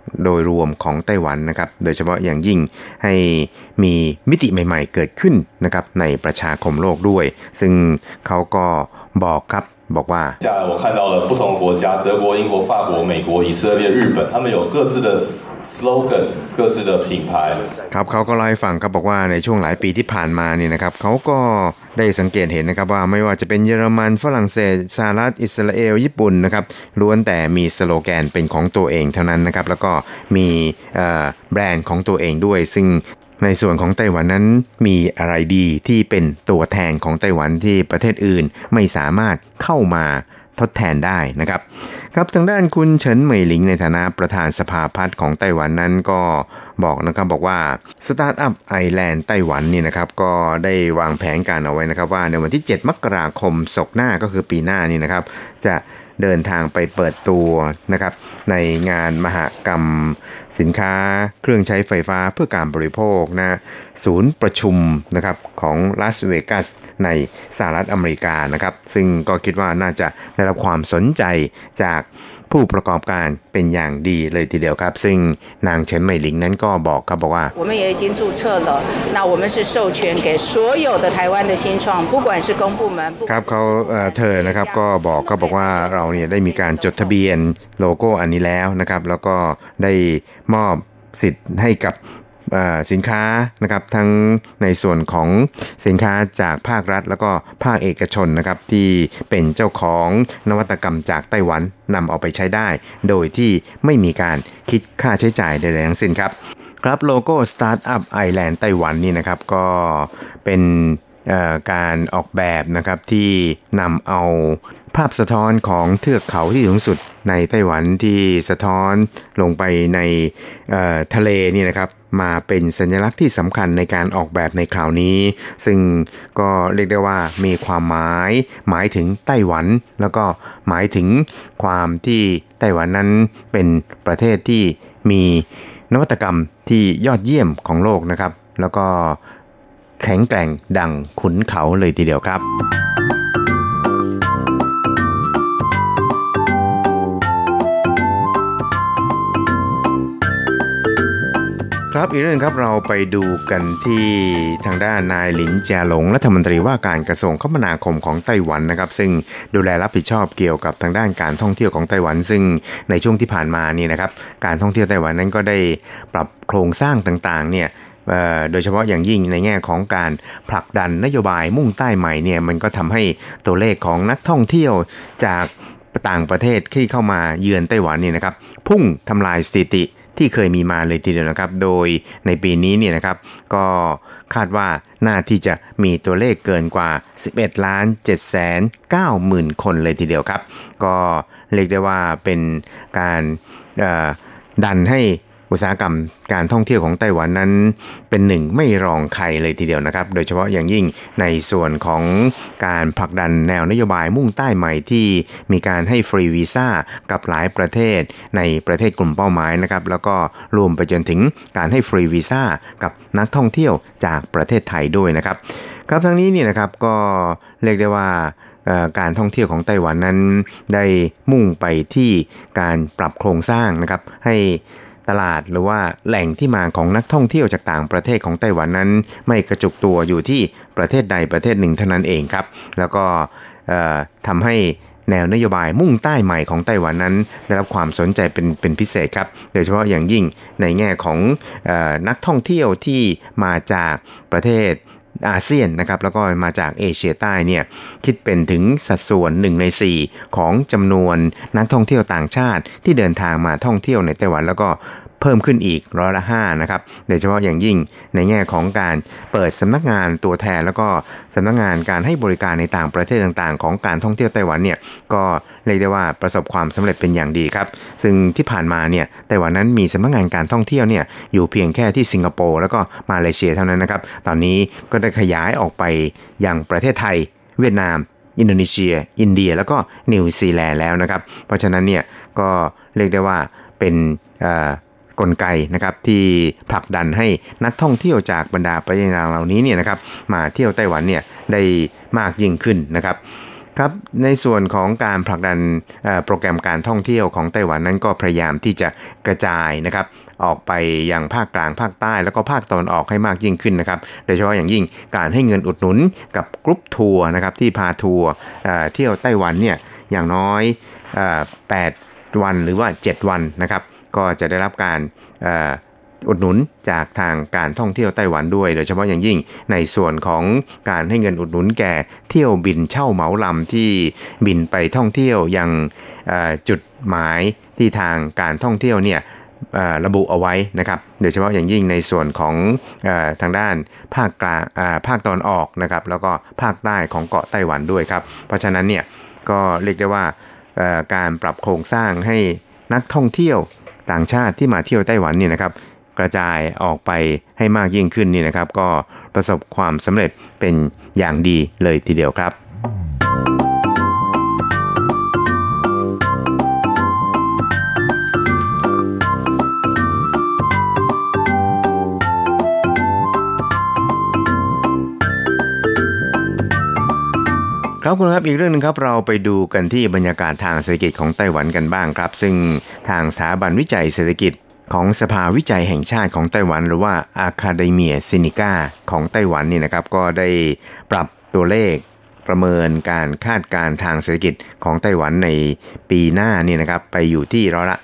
F: โดยรวมของไต้หวันนะครับโดยเฉพาะอย่างยิ่งให้มีมิติใหม่ๆเกิดขึ้นนะครับในประชาคมโลกด้วยซึ่งเขาก็บอกครับบอกว่า
G: 我看到了不同国家德国英国法国美国以色列日本他们有各自的 slogan 各自的品牌
F: ครับเขาก็เล่าให้ฟังครับบอกว่าในช่วงหลายปีที่ผ่านมานี่นะครับเขาก็ได้สังเกตเห็นนะครับว่าไม่ว่าจะเป็นเยอรมันฝรั่งเศสสหรัฐอิสราเอลญี่ปุ่นนะครับล้วนแต่มีสโลแกนเป็นของตัวเองเท่านั้นนะครับแล้วก็มีแบรนด์ของตัวเองด้วยซึ่งในส่วนของไต้หวันนั้นมีอะไรดีที่เป็นตัวแทนของไต้หวันที่ประเทศอื่นไม่สามารถเข้ามาทดแทนได้นะครับครับทางด้านคุณเฉินเหมยหลิงในฐานะประธานสภาพัฒน์ของไต้หวันนั้นก็บอกนะครับบอกว่าสตาร์ทอัพไอแลนด์ไต้หวันนี่นะครับก็ได้วางแผนการเอาไว้นะครับว่าในวันที่7มกราคมศกหน้าก็คือปีหน้านี่นะครับจะเดินทางไปเปิดตัวนะครับในงานมหกรรมสินค้าเครื่องใช้ไฟฟ้าเพื่อการบริโภคนะศูนย์ประชุมนะครับของลาสเวกัสในสหรัฐอเมริกานะครับซึ่งก็คิดว่าน่าจะได้รับความสนใจจากผู้ประกอบการเป็นอย่างดีเลยทีเดียวครับซึ่งนางเฉินเหมยหลิงนั้นก็บอกครับบอกว่า
H: 我们也已经注册了那我们是授权给所有的台湾的新创不管是公部门
F: ครับเขาเธอนะครับก็บอกว่าเราเนี่ยได้มีการจดทะเบียนโลโก้อันนี้แล้วนะครับแล้วก็ได้มอบสิทธิ์ให้กับสินค้านะครับทั้งในส่วนของสินค้าจากภาครัฐแล้วก็ภาคเอกชนนะครับที่เป็นเจ้าของนวัตกรรมจากไต้หวันนำเอาไปใช้ได้โดยที่ไม่มีการคิดค่าใช้จ่ายใดๆทั้งสิ้นครับครับโลโก้ Startup Island ไต้หวันนี่นะครับก็เป็นการออกแบบนะครับที่นำเอาภาพสะท้อนของเทือกเขาที่สูงสุดในไต้หวันที่สะท้อนลงไปในทะเลนี่นะครับมาเป็นสัญลักษณ์ที่สำคัญในการออกแบบในคราวนี้ซึ่งก็เรียกได้ว่ามีความหมายถึงไต้หวันแล้วก็หมายถึงความที่ไต้หวันนั้นเป็นประเทศที่มีนวัตกรรมที่ยอดเยี่ยมของโลกนะครับแล้วก็แข็งแกร่งดังขุนเขาเลยทีเดียวครับครับอีกเรื่องครับเราไปดูกันที่ทางด้านนายหลินเจียหลงรัฐมนตรีว่าการกระทรวงคมนาคมของไต้หวันนะครับซึ่งดูแลรับผิดชอบเกี่ยวกับทางด้านการท่องเที่ยวของไต้หวันซึ่งในช่วงที่ผ่านมานี่นะครับการท่องเที่ยวไต้หวันนั้นก็ได้ปรับโครงสร้างต่างๆเนี่ยโดยเฉพาะอย่างยิ่งในแง่ของการผลักดันนโยบายมุ่งใต้ใหม่เนี่ยมันก็ทำให้ตัวเลขของนักท่องเที่ยวจากต่างประเทศที่เข้ามาเยือนไต้หวันนี่นะครับพุ่งทำลายสถิติที่เคยมีมาเลยทีเดียวนะครับโดยในปีนี้เนี่ยนะครับก็คาดว่าน่าที่จะมีตัวเลขเกินกว่า 11,790,000 คนเลยทีเดียวครับก็เรียกได้ว่าเป็นการดันให้อุตสาหกรรมการท่องเที่ยวของไต้หวันนั้นเป็นหนึ่งไม่รองใครเลยทีเดียวนะครับโดยเฉพาะอย่างยิ่งในส่วนของการผลักดันแนวนโยบายมุ่งใต้ใหม่ที่มีการให้ฟรีวีซ่ากับหลายประเทศในประเทศกลุ่มเป้าหมายนะครับแล้วก็รวมไปจนถึงการให้ฟรีวีซ่ากับนักท่องเที่ยวจากประเทศไทยด้วยนะครับครับทั้งนี้นี่นะครับก็เรียกได้ว่าการท่องเที่ยวของไต้หวันนั้นได้มุ่งไปที่การปรับโครงสร้างนะครับให้ตลาดหรือว่าแหล่งที่มาของนักท่องเที่ยวจากต่างประเทศของไต้หวันนั้นไม่กระจุกตัวอยู่ที่ประเทศใดประเทศหนึ่งเท่านั้นเองครับแล้วก็ทำให้แนวนโยบายมุ่งใต้ใหม่ของไต้หวันนั้นได้รับความสนใจเป็นพิเศษครับโดยเฉพาะอย่างยิ่งในแง่ของนักท่องเที่ยวที่มาจากประเทศอาเซียนนะครับแล้วก็มาจากเอเชียใต้เนี่ยคิดเป็นถึงสัดส่วน1 ใน 4ของจำนวนนักท่องเที่ยวต่างชาติที่เดินทางมาท่องเที่ยวในไต้หวันแล้วก็เพิ่มขึ้นอีก5%นะครับโดยเฉพาะอย่างยิ่งในแง่ของการเปิดสำนักงานตัวแทนแล้วก็สำนักงานการให้บริการในต่างประเทศต่างๆของการท่องเที่ยวไต้หวันเนี่ยก็เรียกได้ว่าประสบความสำเร็จเป็นอย่างดีครับซึ่งที่ผ่านมาเนี่ยไต้หวันนั้นมีสำนักงานการท่องเที่ยวเนี่ยอยู่เพียงแค่ที่สิงคโปร์แล้วก็มาเลเซียเท่านั้นนะครับตอนนี้ก็ได้ขยายออกไปยังประเทศไทยเวียดนามอินโดนีเซียอินเดียแล้วก็นิวซีแลนด์แล้วนะครับเพราะฉะนั้นเนี่ยก็เรียกได้ว่าเป็นกลไกนะครับที่ผลักดันให้นักท่องเที่ยวจากบรรดาประเทศเหล่านี้เนี่ยนะครับมาเที่ยวไต้หวันเนี่ยได้มากยิ่งขึ้นนะครับครับในส่วนของการผลักดันโปรแกรมการท่องเที่ยวของไต้หวันนั้นก็พยายามที่จะกระจายนะครับออกไปยังภาคกลางภาคใต้แล้วก็ภาคตะวันออกให้มากยิ่งขึ้นนะครับโดยเฉพาะอย่างยิ่งการให้เงินอุดหนุนกับกรุ๊ปทัวร์นะครับที่พาทัวร์เที่ยวไต้หวันเนี่ยอย่างน้อย8วันหรือว่า7วันนะครับก็จะได้รับการอุดหนุนจากทางการท่องเที่ยวไต้หวันด้วยโดยเฉพาะอย่างยิ่งในส่วนของการให้เงินอุดหนุนแก่เที่ยวบินเช่าเหมาลำที่บินไปท่องเที่ยวยังจุดหมายที่ทางการท่องเที่ยวเนี่ยระบุเอาไว้นะครับโดยเฉพาะอย่างยิ่งในส่วนของทางด้านภาคกลางภาคตะวันออกนะครับแล้วก็ภาคใต้ของเกาะไต้หวันด้วยครับเพราะฉะนั้นเนี่ยก็เรียกได้ว่าการปรับโครงสร้างให้นักท่องเที่ยวต่างชาติที่มาเที่ยวไต้หวันเนี่ยนะครับกระจายออกไปให้มากยิ่งขึ้นนี่นะครับก็ประสบความสำเร็จเป็นอย่างดีเลยทีเดียวครับครับคุณครับอีกเรื่องนึงครับเราไปดูกันที่บรรยากาศทางเศรษฐกิจของไต้หวันกันบ้างครับซึ่งทางสถาบันวิจัยเศรษฐกิจของสภาวิจัยแห่งชาติของไต้หวันหรือว่า Academia Sinica ของไต้หวันนี่นะครับก็ได้ปรับตัวเลขประเมินการคาดการณ์ทางเศรษฐกิจของไต้หวันในปีหน้านี่นะครับไปอยู่ที่ร้อยละ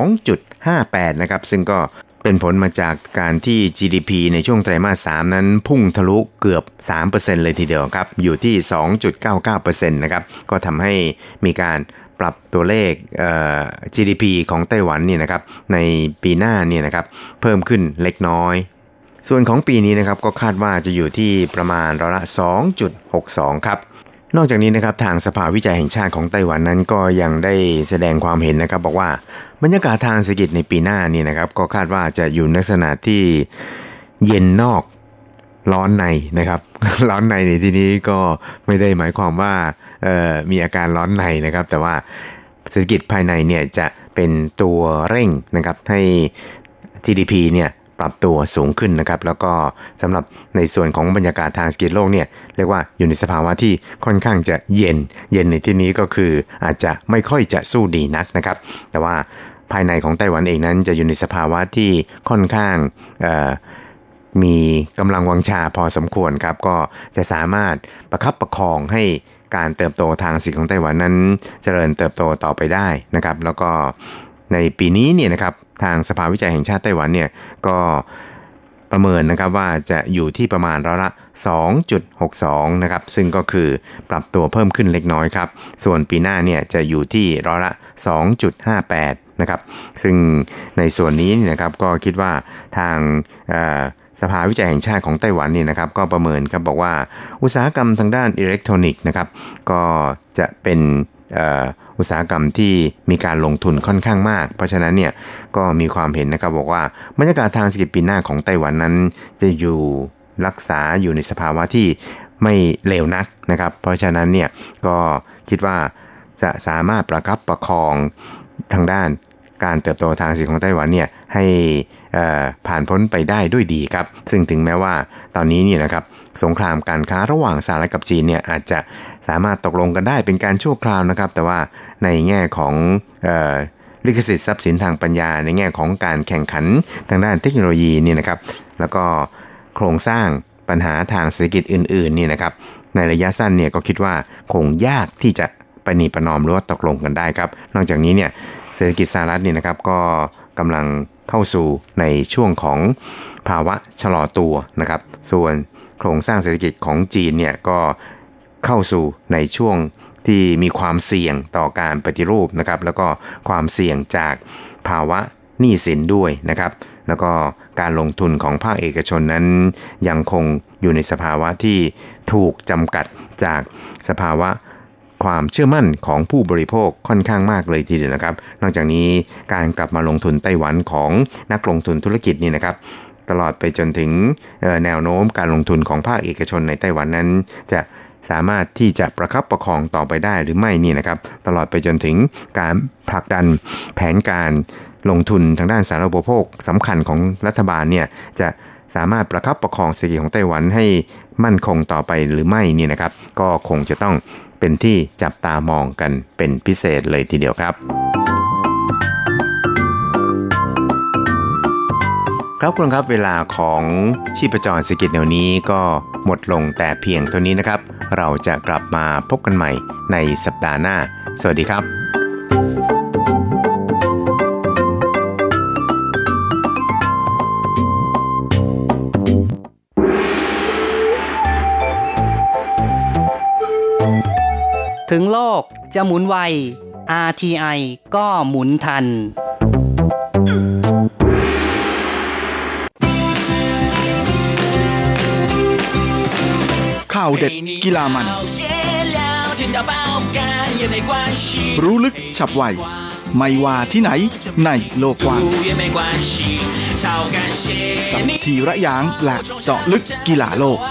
F: 2.58 นะครับซึ่งก็เป็นผลมาจากการที่ GDP ในช่วงไตรมาส 3นั้นพุ่งทะลุเกือบ 3% เลยทีเดียวครับอยู่ที่ 2.99% นะครับก็ทำให้มีการปรับตัวเลขGDP ของไต้หวันนี่นะครับในปีหน้านี่นะครับเพิ่มขึ้นเล็กน้อยส่วนของปีนี้นะครับก็คาดว่าจะอยู่ที่ประมาณร้อยละ 2.62 ครับนอกจากนี้นะครับทางสภาวิจัยแห่งชาติของไต้หวันนั้นก็ยังได้แสดงความเห็นนะครับบอกว่าบรรยากาศทางเศรษฐกิจในปีหน้านี่นะครับก็คาดว่าจะอยู่ในลักษณะที่เย็นนอกร้อนในนะครับร้อนในในที่นี้ก็ไม่ได้หมายความว่ามีอาการร้อนในนะครับแต่ว่าเศรษฐกิจภายในเนี่ยจะเป็นตัวเร่งนะครับให้ GDP เนี่ยปรับตัวสูงขึ้นนะครับแล้วก็สำหรับในส่วนของบรรยากาศทางเศรษฐกิจโลกเนี่ยเรียกว่าอยู่ในสภาวะที่ค่อนข้างจะเย็นในที่นี้ก็คืออาจจะไม่ค่อยจะสู้ดีนักนะครับแต่ว่าภายในของไต้หวันเองนั้นจะอยู่ในสภาวะที่ค่อนข้างมีกำลังวังชาพอสมควรครับก็จะสามารถประคับประคองให้การเติบโตทางเศรษฐกิจของไต้หวันนั้นเจริญเติบโตต่อไปได้นะครับแล้วก็ในปีนี้เนี่ยนะครับทางสภาวิจัยแห่งชาติไต้หวันเนี่ยก็ประเมินนะครับว่าจะอยู่ที่ประมาณร้อยละ 2.62 นะครับซึ่งก็คือปรับตัวเพิ่มขึ้นเล็กน้อยครับส่วนปีหน้าเนี่ยจะอยู่ที่ร้อยละ 2.58 นะครับซึ่งในส่วนนี้นะครับก็คิดว่าทางสภาวิจัยแห่งชาติของไต้หวันนี่นะครับก็ประเมินครับบอกว่าอุตสาหกรรมทางด้านอิเล็กทรอนิกส์นะครับก็จะเป็นอุตสาหกรรมที่มีการลงทุนค่อนข้างมากเพราะฉะนั้นเนี่ยก็มีความเห็นนะครับบอกว่าบรรยากาศทางเศรษฐกิจปีหน้าของไต้หวันนั้นจะอยู่รักษาอยู่ในสภาวะที่ไม่เลวนักนะครับเพราะฉะนั้นเนี่ยก็คิดว่าจะสามารถประคับประคองทางด้านการเติบโตทางเศรษฐกิจของไต้หวันเนี่ยให้ผ่านพ้นไปได้ด้วยดีครับซึ่งถึงแม้ว่าตอนนี้เนี่ยนะครับสงครามการค้าระหว่างสหรัฐกับจีนเนี่ยอาจจะสามารถตกลงกันได้เป็นการชั่วคราวนะครับแต่ว่าในแง่ของลิขสิทธิ์ทรัพย์สินทางปัญญาในแง่ของการแข่งขันทางด้านเทคโนโลยีนี่นะครับแล้วก็โครงสร้างปัญหาทางเศรษฐกิจอื่นๆนี่นะครับในระยะสั้นเนี่ยก็คิดว่าคงยากที่จะประนีประนอมหรือว่าตกลงกันได้ครับนอกจากนี้เนี่ยเศรษฐกิจสหรัฐนี่นะครับก็กำลังเข้าสู่ในช่วงของภาวะชะลอตัวนะครับส่วนโครงสร้างเศรษฐกิจของจีนเนี่ยก็เข้าสู่ในช่วงที่มีความเสี่ยงต่อการปฏิรูปนะครับแล้วก็ความเสี่ยงจากภาวะหนี้สินด้วยนะครับแล้วก็การลงทุนของภาคเอกชนนั้นยังคงอยู่ในสภาวะที่ถูกจำกัดจากสภาวะความเชื่อมั่นของผู้บริโภคค่อนข้างมากเลยทีเดียวนะครับนอกจากนี้การกลับมาลงทุนไต้หวันของนักลงทุนธุรกิจนี่นะครับตลอดไปจนถึงแนวโน้มการลงทุนของภาคเอกชนในไต้หวันนั้นจะสามารถที่จะประคับประคองต่อไปได้หรือไม่นี่นะครับตลอดไปจนถึงการผลักดันแผนการลงทุนทางด้านสาธารณูปโภคสำคัญของรัฐบาลเนี่ยจะสามารถประคับประคองเศรษฐกิจของไต้หวันให้มั่นคงต่อไปหรือไม่นี่นะครับก็คงจะต้องเป็นที่จับตามองกันเป็นพิเศษเลยทีเดียวครับครับคุณครับเวลาของชีพจรเศรษฐกิจแนวนี้ก็หมดลงแต่เพียงเท่านี้นะครับเราจะกลับมาพบกันใหม่ในสัปดาห์หน้าสวัสดีครับ
I: ถึงโลกจะหมุนไว RTI ก็หมุนทัน
J: ข่าวเด็ดกีฬามันรู้ลึกฉับไวไม่ว่าที่ไหนในโลกกว้างกับทีระยางและเจาะลึกกีฬาโลก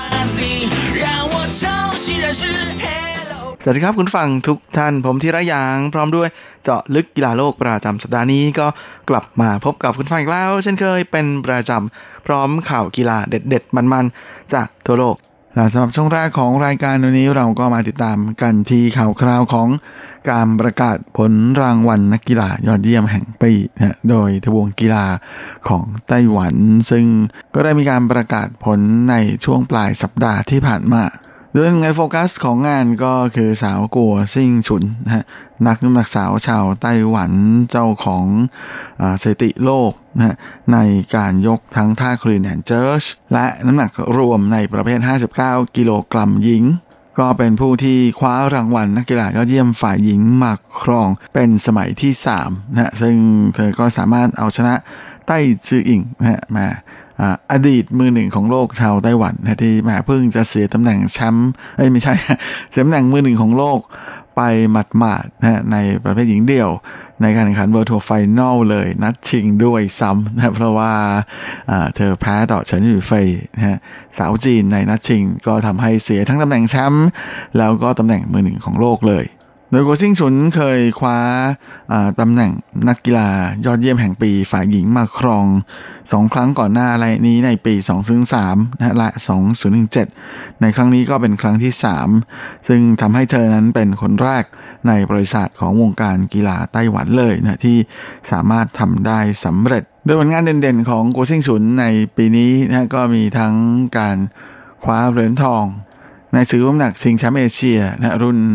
J: สวัสดีครับคุณฟังทุกท่านผมธีระยางพร้อมด้วยเจาะลึกกีฬาโลกประจำสัปดาห์นี้ก็กลับมาพบกับคุณฟังอีกแล้วเช่นเคยเป็นประจำพร้อมข่าวกีฬาเด็ดๆมันๆจากทั่วโลกและสำหรับช่วงแรกของรายการวันนี้เราก็มาติดตามกันที่ข่าวคราวของการประกาศผลรางวัลนักกีฬายอดเยี่ยมแห่งปีโดยทบวงกีฬาของไต้หวันซึ่งก็ได้มีการประกาศผลในช่วงปลายสัปดาห์ที่ผ่านมาโดยในโฟกัสของงานก็คือสาวกัวซิ่งฉุนนักน้ำหนักสาวชาวไต้หวันเจ้าของสถิติโลกในการยกทั้งท่าคลีนแอนด์เจิร์ชและน้ำหนักรวมในประเภท59กิโลกรัมหญิงก็เป็นผู้ที่คว้ารางวัลนักกีฬายอดเยี่ยมฝ่ายหญิงมาครองเป็นสมัยที่3ซึ่งเธอก็สามารถเอาชนะไต้จืออิงมาอดีตมือหนึ่งของโลกชาวไต้หวันที่แม้เพิ่งจะเสียตำแหน่งแชมป์ไม่ใช่เสียตำแหน่งมือหนึ่งของโลกไปหมาดๆในประเภทหญิงเดี่ยวในการแข่งขัน World Tour Final เลยนัดชิงด้วยซ้ำเพราะว่าเธอแพ้ต่อเฉินหยู่เฟยสาวจีนในนัดชิงก็ทำให้เสียทั้งตำแหน่งแชมป์แล้วก็ตำแหน่งมือหนึ่งของโลกเลยโดยกัวซิ่งฉุนเคยคว้าตำแหน่งนักกีฬายอดเยี่ยมแห่งปีฝ่ายหญิงมาครอง2ครั้งก่อนหน้านี้ในปี2003และ2017ในครั้งนี้ก็เป็นครั้งที่3ซึ่งทำให้เธอนั้นเป็นคนแรกในประวัติศาสตร์ของวงการกีฬาไต้หวันเลยที่สามารถทำได้สำเร็จโดยผลงานเด่นๆของกัวซิ่งฉุนในปีนี้ก็มีทั้งการคว้าเหรียญทองในศึกน้ำหนักชิงแชมป์เอเชียรุ่น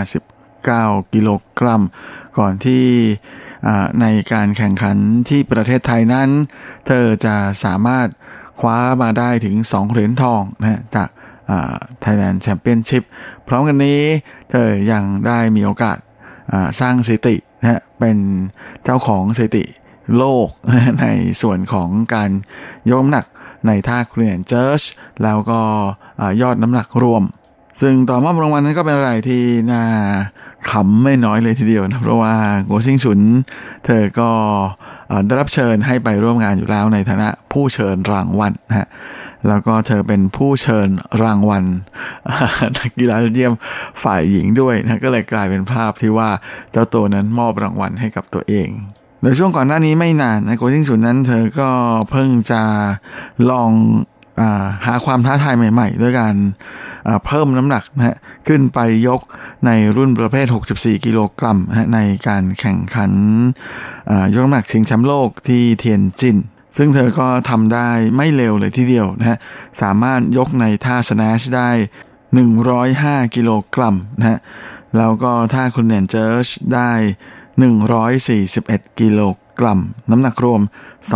J: 59กิโลกรัมก่อนที่ในการแข่งขันที่ประเทศไทยนั้นเธอจะสามารถคว้ามาได้ถึง2เหรียญทองจากThailand Championship พร้อมกันนี้เธอยังได้มีโอกาสสร้างสถิติเป็นเจ้าของสถิติโลกในส่วนของการยกน้ำหนักในท่าคลีนแอนด์เจิร์ชแล้วก็ยอดน้ำหนักรวมซึ่งต่อมอบรางวัลนั้นก็เป็นอะไรที่น่าขำไม่น้อยเลยทีเดียวนะเพราะว่ากัวซิ่งฉุนเธอก็ได้รับเชิญให้ไปร่วมงานอยู่แล้วในฐานะผู้เชิญรางวัลแล้วก็เธอเป็นผู้เชิญรางวัลนักกีฬายอดเยี่ยมฝ่ายหญิงด้วยก็เลยกลายเป็นภาพที่ว่าเจ้าตัวนั้นมอบรางวัลให้กับตัวเองในช่วงก่อนหน้านี้ไม่นานกัวซิ่งฉุนนั้นเธอก็เพิ่งจะลองหาความท้าทายใหม่ๆด้วยการเพิ่มน้ำหนักขึ้นไปยกในรุ่นประเภท64กิโลกรัมในการแข่งขันยกน้ำหนักชิงแชมป์โลกที่เทียนจินซึ่งเธอก็ทำได้ไม่เร็วเลยทีเดียวสามารถยกในท่าสแนชได้105กิโลกรัมแล้วก็ท่าคลีนแอนด์เจิร์ชได้141กิโลกรัมน้ำหนักรวม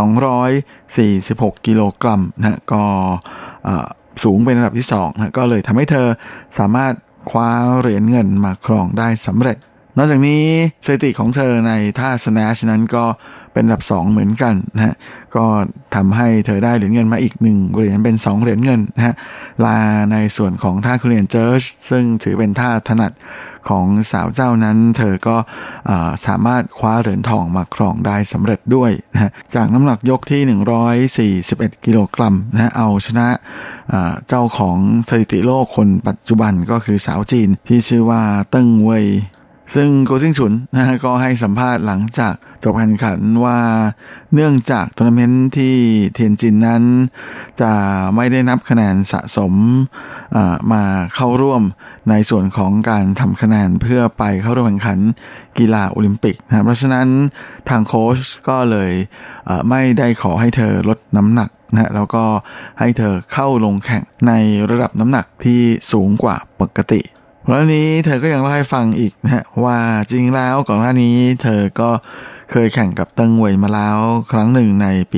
J: 246กิโลกรัมก็สูงเป็นระดับที่2ก็เลยทำให้เธอสามารถคว้าเหรียญเงินมาครองได้สำเร็จนอกจากนี้สถิติของเธอในท่าสแนชนั้นก็เป็นอันดับ2เหมือนกันก็ทำให้เธอได้เหรียญเงินมาอีก1เหรียญเป็น2เหรียญเงินลาในส่วนของท่าคลีนแอนด์เจิร์ชซึ่งถือเป็นท่าถนัดของสาวเจ้านั้นเธอก็สามารถคว้าเหรียญทองมาครองได้สำเร็จด้วยจากน้ำหนักยกที่141กิโลกรัมเอาชนะเจ้าของสถิติโลกคนปัจจุบันก็คือสาวจีนที่ชื่อว่าเติ้งเว่ยซึ่งโกซิงฉุนนะฮะก็ให้สัมภาษณ์หลังจากจบการแข่งขันว่าเนื่องจากทัวร์นาเมนต์ที่เทียนจินนั้นจะไม่ได้นับคะแนนสะสมมาเข้าร่วมในส่วนของการทำคะแนนเพื่อไปเข้าร่วมแข่งขันกีฬาโอลิมปิกนะเพราะฉะนั้นทางโค้ชก็เลยไม่ได้ขอให้เธอลดน้ำหนักนะแล้วก็ให้เธอเข้าลงแข่งในระดับน้ำหนักที่สูงกว่าปกติเพราะนี้เธอก็ยังเล่าให้ฟังอีกนะว่าจริงแล้วก่อนหน้านี้เธอก็เคยแข่งกับเติ้งเว่ยมาแล้วครั้งหนึ่งในปี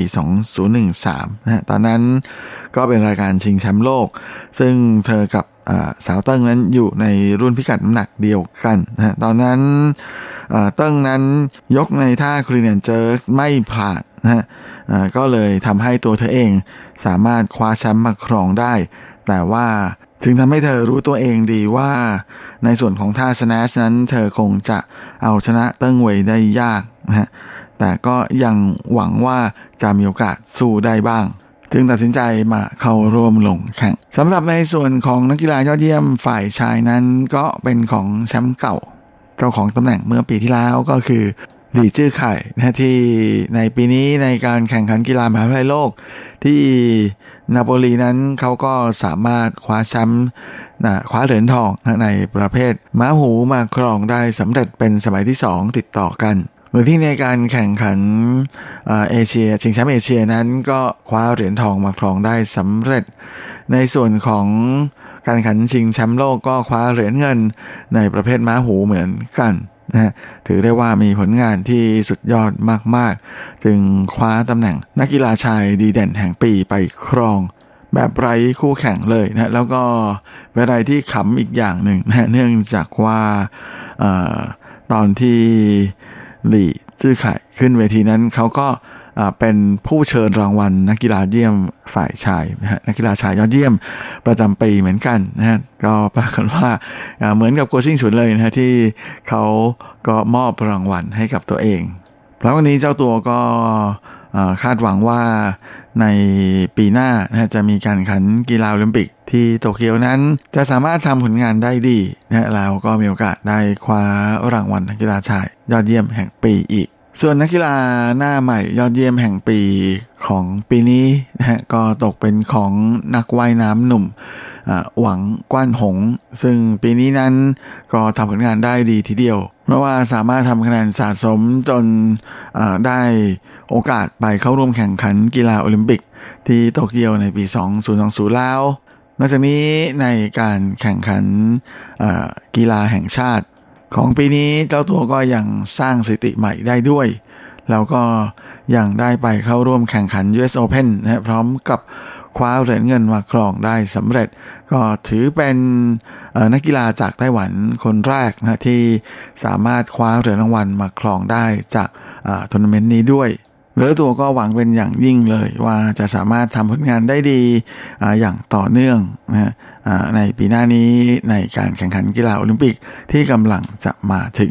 J: 2013 นะตอนนั้นก็เป็นรายการชิงแชมป์โลกซึ่งเธอกับสาวเติ้งนั้นอยู่ในรุ่นพิกัดน้ำหนักเดียวกันนะตอนนั้นเติ้งนั้นยกในท่าคลีนแอนด์เจิร์กไม่ผ่านนะก็เลยทำให้ตัวเธอเองสามารถคว้าแชมป์มาครองได้แต่ว่าจึงทำให้เธอรู้ตัวเองดีว่าในส่วนของท่าสแนชนั้นเธอคงจะเอาชนะเติ้งเว่ยได้ยากนะฮะแต่ก็ยังหวังว่าจะมีโอกาสสู้ได้บ้างจึงตัดสินใจมาเข้าร่วมลงแข่งสำหรับในส่วนของนักกีฬายอดเยี่ยมฝ่ายชายนั้นก็เป็นของแชมป์เก่าเจ้าของตำแหน่งเมื่อปีที่แล้วก็คือหลี่จื้อไข่นะที่ในปีนี้ในการแข่งขันกีฬามหาวิทยาลัยโลกที่นาโปลีนั้นเขาก็สามารถคว้าแชมป์คว้าเหรียญทองในประเภทม้าหูมาครองได้สำเร็จเป็นสมัยที่2ติดต่อกันโดยที่ในการแข่งขันเอเชียชิงแชมป์เอเชียนั้นก็คว้าเหรียญทองมาครองได้สำเร็จในส่วนของการแข่งขันชิงแชมป์โลกก็คว้าเหรียญเงินในประเภทม้าหูเหมือนกันนะถือได้ว่ามีผลงานที่สุดยอดมากๆจึงคว้าตำแหน่งนักกีฬาชายดีเด่นแห่งปีไปครองแบบไร้คู่แข่งเลยนะแล้วก็เป็นอะไรที่ขำอีกอย่างหนึ่งนะเนื่องจากว่าตอนที่หลี่จื้อไข่ขึ้นเวทีนั้นเขาก็เป็นผู้เชิญรางวัลนักกีฬาเยี่ยมฝ่ายชายนะฮะนักกีฬาชายยอดเยี่ยมประจำปีเหมือนกันนะฮะก็ปรากฏว่าเหมือนกับโกซิงฉุนเลยนะฮะที่เขาก็มอบรางวัลให้กับตัวเองแล้ววันนี้เจ้าตัวก็คาดหวังว่าในปีหน้านะจะมีการแข่งขันกีฬาโอลิมปิกที่โตเกียวนั้นจะสามารถทำผลงานได้ดีนะแล้วก็มีโอกาสได้คว้ารางวัลนักกีฬาชายยอดเยี่ยมแห่งปีอีกส่วนนักกีฬาหน้าใหม่ยอดเยี่ยมแห่งปีของปีนี้นะฮะก็ตกเป็นของนักว่ายน้ำหนุ่มหวังกว้านหงซึ่งปีนี้นั้นก็ทำผลงานได้ดีทีเดียวเพราะว่าสามารถทำคะแนนสะสมจนได้โอกาสไปเข้าร่วมแข่งขันกีฬาโอลิมปิกที่โตเกียวในปี 2020 แล้วนอกจากนี้ในการแข่งขันกีฬาแห่งชาติของปีนี้เจ้าตัวก็ยังสร้างสถิติใหม่ได้ด้วยแล้วก็ยังได้ไปเข้าร่วมแข่งขัน US Open นะพร้อมกับคว้าเหรียญเงินมาครองได้สำเร็จก็ถือเป็นนักกีฬาจากไต้หวันคนแรกนะที่สามารถคว้าเหรียญรางวัลมาครองได้จากทัวร์นาเมนต์นี้ด้วยแล้วตัวก็หวังเป็นอย่างยิ่งเลยว่าจะสามารถทำผลงานได้ดีอย่างต่อเนื่องนะในปีหน้านี้ในการแข่งขันกีฬาโอลิมปิกที่กำลังจะมาถึง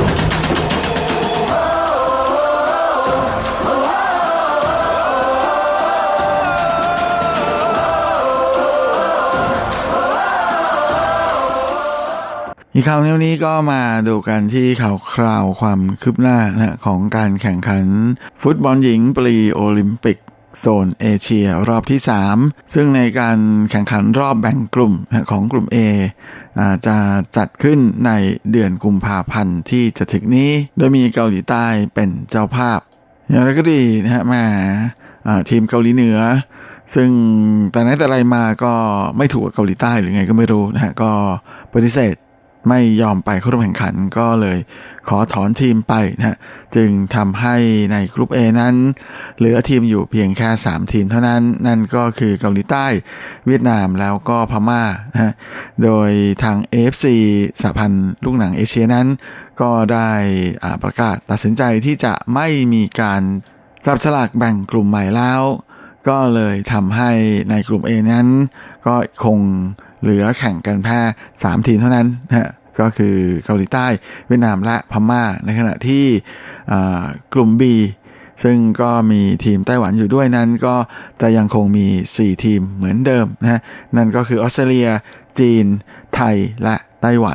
J: อีกข่าวนี้ก็มาดูกันที่ข่าวคราวความคืบหน้านะของการแข่งขันฟุตบอลหญิงปรีโอลิมปิกโซนเอเชียรอบที่3ซึ่งในการแข่งขันรอบแบ่งกลุ่มของกลุ่ม A จะจัดขึ้นในเดือนกุมภาพันธ์ที่จะถึงนี้โดยมีเกาหลีใต้เป็นเจ้าภาพอย่างไรก็ดีนะฮะมาทีมเกาหลีเหนือซึ่งแต่ไหนแต่ไรมาก็ไม่ถูกกับเกาหลีใต้หรือไงก็ไม่รู้นะฮะก็ปฏิเสธไม่ยอมไปเข้าร่วมแข่งขันก็เลยขอถอนทีมไปนะจึงทำให้ในกลุ่ม A นั้นเหลือทีมอยู่เพียงแค่3ทีมเท่านั้นนั่นก็คือเกาหลีใต้เวียดนามแล้วก็พม่านะโดยทาง AFC สหพันธ์ลูกหนังเอเชียนั้นก็ได้ประกาศตัดสินใจที่จะไม่มีการจับฉลากแบ่งกลุ่มใหม่แล้วก็เลยทำให้ในกลุ่ม A นั้นก็คงเหลือแข่งกันแค่3ทีมเท่านั้นนะก็คือเกาหลีใต้เวียดนามและพม่าในขณะที่กลุ่ม B ซึ่งก็มีทีมไต้หวันอยู่ด้วยนั้นก็จะยังคงมี4ทีมเหมือนเดิมนะนั่นก็คือออสเตรเลียจีนไทยและไต้หวัน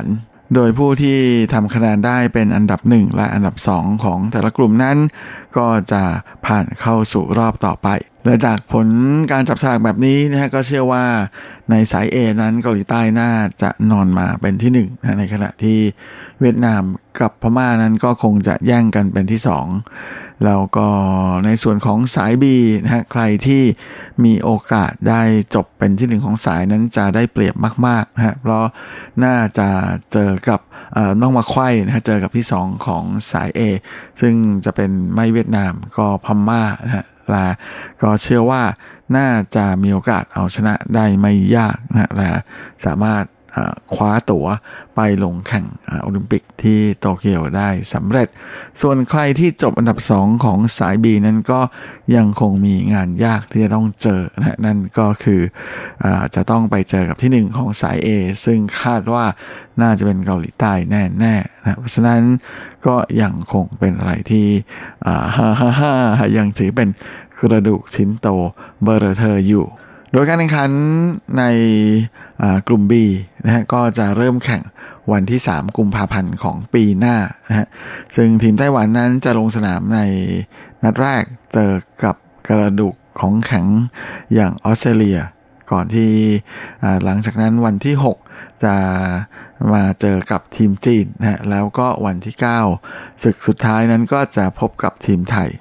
J: โดยผู้ที่ทำคะแนนได้เป็นอันดับ1และอันดับ2ของแต่ละกลุ่มนั้นก็จะผ่านเข้าสู่รอบต่อไปและจากผลการจับฉลากแบบนี้นะฮะก็เชื่อว่าในสาย A นั้นเกาหลีใต้น่าจะนอนมาเป็นที่1นะในขณะที่เวียดนามกับพม่านั้นก็คงจะแย่งกันเป็นที่2แล้วก็ในส่วนของสาย B นะฮะใครที่มีโอกาสได้จบเป็นที่1ของสายนั้นจะได้เปรียบมากๆนะฮะเพราะน่าจะเจอกับน้องมาไขว้นะฮะเจอกับที่2ของสาย A ซึ่งจะเป็นไม่เวียดนามก็พม่านะฮะและก็เชื่อว่าน่าจะมีโอกาสเอาชนะได้ไม่ยากนะและสามารถคว้าตั๋วไปลงแข่งโอลิมปิกที่โตเกียวได้สำเร็จส่วนใครที่จบอันดับ2ของสาย B นั้นก็ยังคงมีงานยากที่จะต้องเจอนะนั่นก็คือจะต้องไปเจอกับที่1ของสาย A ซึ่งคาดว่าน่าจะเป็นเกาหลีใต้แน่ๆนะเพราะฉะนั้นก็ยังคงเป็นอะไรที่ยังถือเป็นกระดูกชิ้นโตเบอร์เธออยู่โดยการแข่งขันในกลุ่ม B นะฮะก็จะเริ่มแข่งวันที่3กุมภาพันธ์ของปีหน้านะฮะซึ่งทีมไต้หวันนั้นจะลงสนามในนัดแรกเจอกับกระดูกของแข็งอย่างออสเตรเลียก่อนที่หลังจากนั้นวันที่6จะมาเจอกับทีมจีนนะฮะแล้วก็วันที่9ศึกสุดท้ายนั้นก็จะพบกับทีมไทย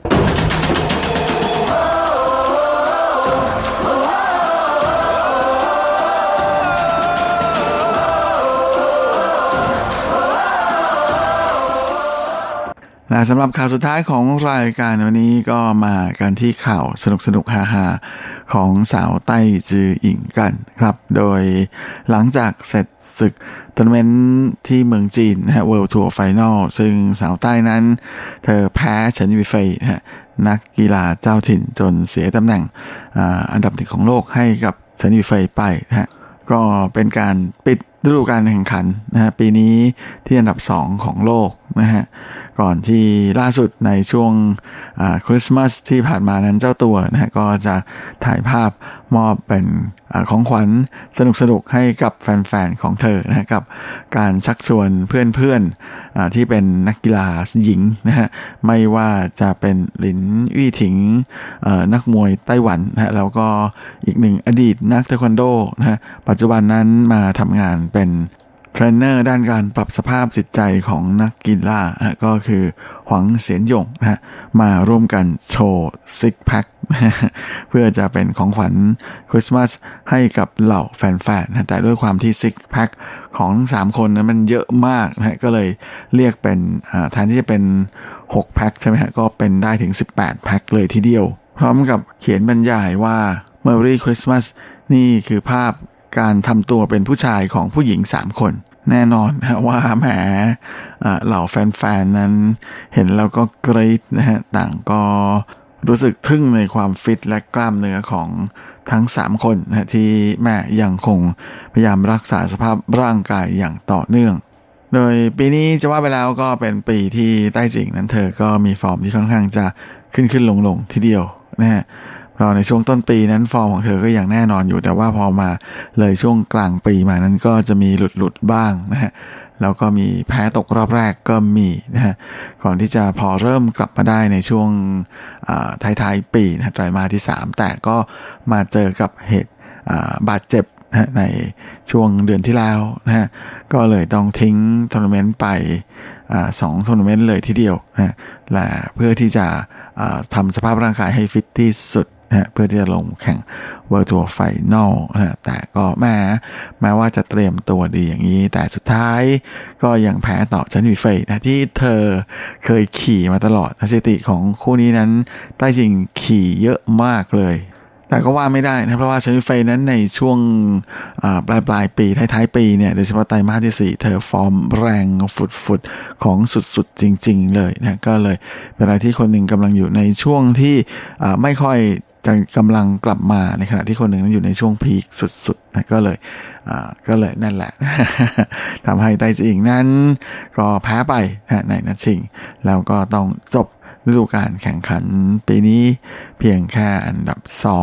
J: และสำหรับข่าวสุดท้ายของรายการวันนี้ก็มากันที่ข่าวสนุกฮาๆของสาวไต้จืออิงกันครับโดยหลังจากเสร็จศึกทัวร์นาเมนต์ที่เมืองจีนนะฮะ World Tour Final ซึ่งสาวใต้นั้นเธอแพ้เฉินหวี่เฟยนะฮะนักกีฬาเจ้าถิ่นจนเสียตำแหน่งอันดับ1ของโลกให้กับเฉินหวี่เฟยไปนะฮะก็เป็นการปิดฤดูกาลแข่งขันนะฮะปีนี้ที่อันดับ2ของโลกนะฮะก่อนที่ล่าสุดในช่วงคริสต์มาสที่ผ่านมานั้นเจ้าตัวนะฮะก็จะถ่ายภาพมอบเป็นของขวัญสนุกให้กับแฟนๆของเธอนะกับการชักชวนเพื่อนๆที่เป็นนักกีฬาหญิงนะฮะไม่ว่าจะเป็นหลินวี่ถิงนักมวยไต้หวันนะฮะแล้วก็อีกหนึ่งอดีตนักเทควันโดนะฮะปัจจุบันนั้นมาทำงานเป็นเทรนเนอร์ด้านการปรับสภาพจิตใจของนักกีฬาก็คือหวังเสียนหยงนะฮะมาร่วมกันโชว์ซิกแพคเพื่อจะเป็นของขวัญคริสต์มาสให้กับเหล่าแฟนๆนะแต่ด้วยความที่ซิกแพคของทั้ง3คนนั้นมันเยอะมากนะก็เลยเรียกเป็นแทนที่จะเป็น6แพ็คใช่ไหมฮะก็เป็นได้ถึง18แพ็คเลยทีเดียวพร้อมกับเขียนบรรยายว่า Merry Christmas นี่คือภาพการทำตัวเป็นผู้ชายของผู้หญิง3คนแน่นอนนะว่าแหมเหล่าแฟนๆนั้นเห็นแล้วก็กรี๊ดนะฮะต่างก็รู้สึกทึ่งในความฟิตและกล้ามเนื้อของทั้ง3คนนะที่แม่ยังคงพยายามรักษาสภาพร่างกายอย่างต่อเนื่องโดยปีนี้จะว่าไปแล้วก็เป็นปีที่ไต้จิ๋งนั้นเธอก็มีฟอร์มที่ค่อนข้างจะขึ้นลงทีเดียวนะฮะเพราะในช่วงต้นปีนั้นฟอร์มของเธอก็ยังแน่นอนอยู่แต่ว่าพอมาเลยช่วงกลางปีมานั้นก็จะมีหลุดบ้างนะฮะแล้วก็มีแพ้ตกรอบแรกก็มีนะฮะก่อนที่จะพอเริ่มกลับมาได้ในช่วงท้ายปีนะไตรมาสที่3แต่ก็มาเจอกับเหตุบาดเจ็บนะในช่วงเดือนที่แล้วนะฮะก็เลยต้องทิ้งทัวร์นาเมนต์ไป2ทัวร์นาเมนต์เลยทีเดียวนะและเพื่อที่จะทำสภาพร่างกายให้ฟิตที่สุดนะเพื่อที่จะลงแข่ง World Tour Final นะแต่ก็แม้ว่าจะเตรียมตัวดีอย่างนี้แต่สุดท้ายก็ยังแพ้ต่อเฉินหวี่เฟยนะที่เธอเคยขี่มาตลอดสถิติของคู่นี้นั้นใต้จริงขี่เยอะมากเลยแต่ก็ว่าไม่ได้นะเพราะว่าเฉินหวี่เฟยนั้นในช่วงปลายปีท้ายปีเนี่ยโดยเฉพาะไตรมาสที่4เธอฟอร์มแรงฟุดของสุดๆจริงๆเลยนะก็เลยเป็นอะไรที่คนหนึ่งกำลังอยู่ในช่วงที่ไม่ค่อยจะกำลังกลับมาในขณะที่คนหนึ่งนั้นอยู่ในช่วงพีคสุดๆนะก็เลยนั่นแหละ ทำให้ไต้จิ๋งนั้นก็แพ้ไปในนัดชิงแล้วก็ต้องจบฤดูกาลแข่งขันปีนี้เพียงแค่อันดับ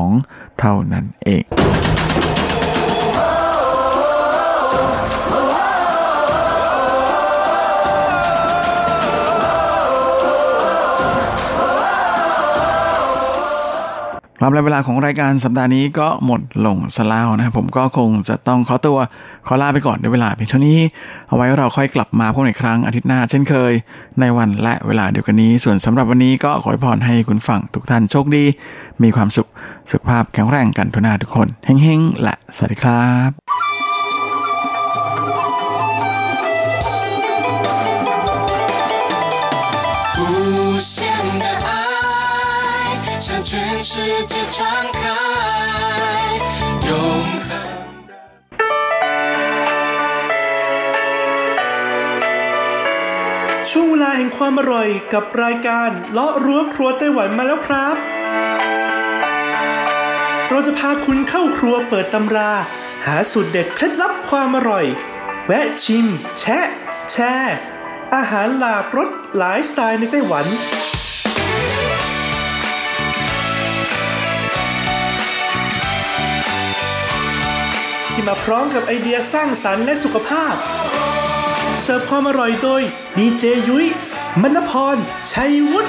J: 2เท่านั้นเองครับและเวลาของรายการสัปดาห์นี้ก็หมดลงซะแล้วนะครับผมก็คงจะต้องขอลาไปก่อนด้วยเวลาเพียงเท่านี้เอาไว้เราค่อยกลับมาพบอีกครั้งอาทิตย์หน้าเช่นเคยในวันและเวลาเดียวกันนี้ส่วนสำหรับวันนี้ก็ขอพรให้คุณฟังทุกท่านโชคดีมีความสุขสุขภาพแข็งแรงกันทุกหน้าทุกคนเฮ้งๆและสวัสดีครับ
E: 向全世界传开永恒
K: ช่วงเวลาแห่งความอร่อยกับรายการเลาะรั้วครัวไต้หวันมาแล้วครับเราจะพาคุณเข้าครัวเปิดตำราหาสูตรเด็ดเคล็ดลับความอร่อยแวะชิมแชะแชร์อาหารหลากรสหลายสไตล์ในไต้หวันที่มาพร้อมกับไอเดียสร้างสรรค์และสุขภาพเสิร์ฟความอร่อยโดยดีเจยุ้ยมณพรชัยวุฒิ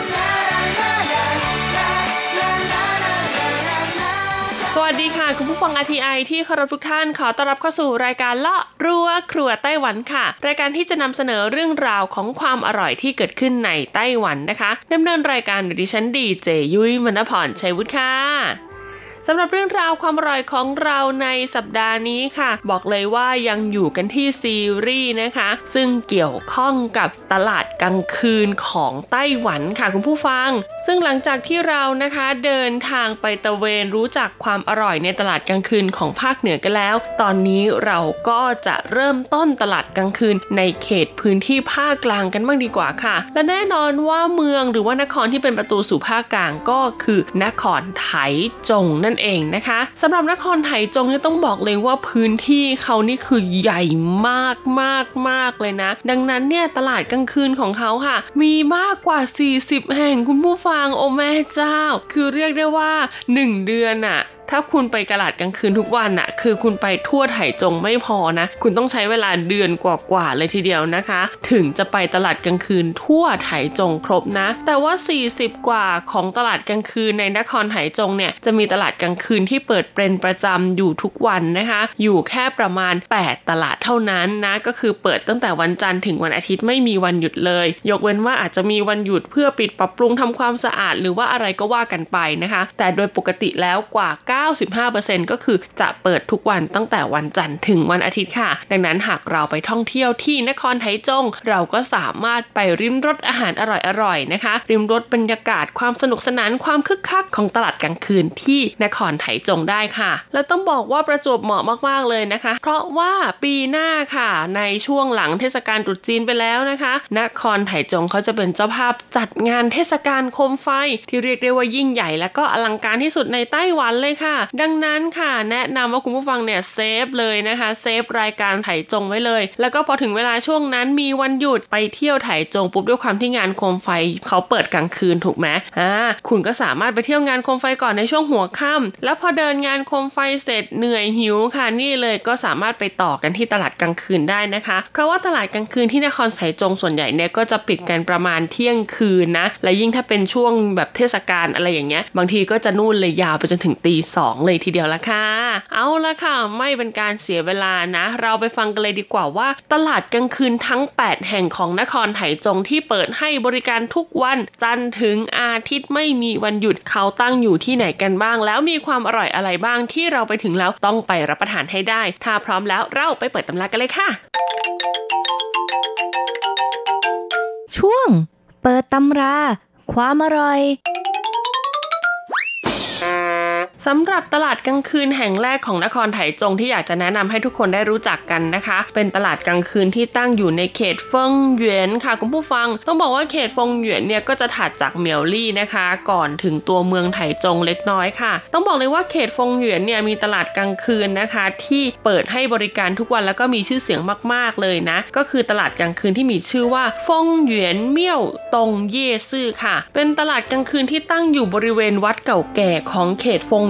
C: สวัสดีค่ะคุณผู้ฟัง RTI ที่เคารพทุกท่านขอต้อนรับเข้าสู่รายการเลาะรั้วครัวไต้หวันค่ะรายการที่จะนำเสนอเรื่องราวของความอร่อยที่เกิดขึ้นในไต้หวันนะคะดำเนินรายการโดยดิฉันดีเจยุ้ยมณพรชัยวุฒิค่ะสำหรับเรื่องราวความอร่อยของเราในสัปดาห์นี้ค่ะบอกเลยว่ายังอยู่กันที่ซีรีส์นะคะซึ่งเกี่ยวข้องกับตลาดกลางคืนของไต้หวันค่ะคุณผู้ฟังซึ่งหลังจากที่เรานะคะเดินทางไปตะเวนรู้จักความอร่อยในตลาดกลางคืนของภาคเหนือกันแล้วตอนนี้เราก็จะเริ่มต้นตลาดกลางคืนในเขตพื้นที่ภาคกลางกันบ้างดีกว่าค่ะและแน่นอนว่าเมืองหรือว่านครที่เป็นประตูสู่ภาคกลางก็คือนครไถจงนั่นเองนะคะสำหรับนครไถจงเนี่ยต้องบอกเลยว่าพื้นที่เขานี่คือใหญ่มากเลยนะดังนั้นเนี่ยตลาดกลางคืนของเขาค่ะมีมากกว่า40แห่งคุณผู้ฟังโอ้แม่เจ้าคือเรียกได้ว่า1เดือนน่ะถ้าคุณไปตลาดกลางคืนทุกวันน่ะคือคุณไปทั่วไถจงไม่พอนะคุณต้องใช้เวลาเดือนกว่าเลยทีเดียวนะคะถึงจะไปตลาดกลางคืนทั่วไถจงครบนะแต่ว่า40กว่าของตลาดกลางคืนในนครไถจงเนี่ยจะมีตลาดกลางคืนที่เปิดเป็นประจำอยู่ทุกวันนะคะอยู่แค่ประมาณ8ตลาดเท่านั้นนะก็คือเปิดตั้งแต่วันจันทร์ถึงวันอาทิตย์ไม่มีวันหยุดเลยยกเว้นว่าอาจจะมีวันหยุดเพื่อปิดปรับปรุงทำความสะอาดหรือว่าอะไรก็ว่ากันไปนะคะแต่โดยปกติแล้วกว่า95% ก็คือจะเปิดทุกวันตั้งแต่วันจันทร์ถึงวันอาทิตย์ค่ะดังนั้นหากเราไปท่องเที่ยวที่นครไถจงเราก็สามารถไปริมรสอาหารอร่อยๆนะคะริมรสบรรยากาศความสนุกสนานความคึกคักของตลาดกลางคืนที่นครไถจงได้ค่ะและต้องบอกว่าประจวบเหมาะมากๆเลยนะคะเพราะว่าปีหน้าค่ะในช่วงหลังเทศกาลตรุษจีนไปแล้วนะคะนครไถจงเขาจะเป็นเจ้าภาพจัดงานเทศกาลโคมไฟที่เรียกได้ว่ายิ่งใหญ่และก็อลังการที่สุดในไต้หวันเลยค่ะดังนั้นค่ะแนะนำว่าคุณผู้ฟังเนี่ยเซฟเลยนะคะเซฟรายการไถจงไว้เลยแล้วก็พอถึงเวลาช่วงนั้นมีวันหยุดไปเที่ยวไถจงปุ๊บด้วยความที่งานโคมไฟเขาเปิดกลางคืนถูกไหมคุณก็สามารถไปเที่ยวงานโคมไฟก่อนในช่วงหัวค่ำแล้วพอเดินงานโคมไฟเสร็จเหนื่อยหิวค่ะนี่เลยก็สามารถไปต่อกันที่ตลาดกลางคืนได้นะคะเพราะว่าตลาดกลางคืนที่นครไถจงส่วนใหญ่เนี่ยก็จะปิดกันประมาณเที่ยงคืนนะและยิ่งถ้าเป็นช่วงแบบเทศกาลอะไรอย่างเงี้ยบางทีก็จะนู่นเลยยาวไปจนถึงตีสองเลยทีเดียวละค่ะเอาละค่ะไม่เป็นการเสียเวลานะเราไปฟังกันเลยดีกว่าว่าตลาดกลางคืนทั้ง8แห่งของนครไถจงที่เปิดให้บริการทุกวันจันทร์ถึงอาทิตย์ไม่มีวันหยุดเขาตั้งอยู่ที่ไหนกันบ้างแล้วมีความอร่อยอะไรบ้างที่เราไปถึงแล้วต้องไปรับประทานให้ได้ถ้าพร้อมแล้วเราไปเปิดตำรากันเลยค่ะ
L: ช่วงเปิดตำราความอร่อย
C: สำหรับตลาดกลางคืนแห่งแรกของนครไถจงที่อยากจะแนะนำให้ทุกคนได้รู้จักกันนะคะเป็นตลาดกลางคืนที่ตั้งอยู่ในเขตเฟิงเหวียนค่ะคุณผู้ฟังต้องบอกว่าเขตเฟิงเหวียนเนี่ยก็จะถัดจากเหมียวลี่นะคะก่อนถึงตัวเมืองไถจงเล็กน้อยค่ะต้องบอกเลยว่าเขตเฟิงเหวียนเนี่ยมีตลาดกลางคืนนะคะที่เปิดให้บริการทุกวันแล้วก็มีชื่อเสียงมากๆเลยนะก็คือตลาดกลางคืนที่มีชื่อว่าเฟิงเหวียนเมี่ยวตงเย่ซื่อค่ะเป็นตลาดกลางคืนที่ตั้งอยู่บริเวณวัดเก่าแก่ของเขตเฟิง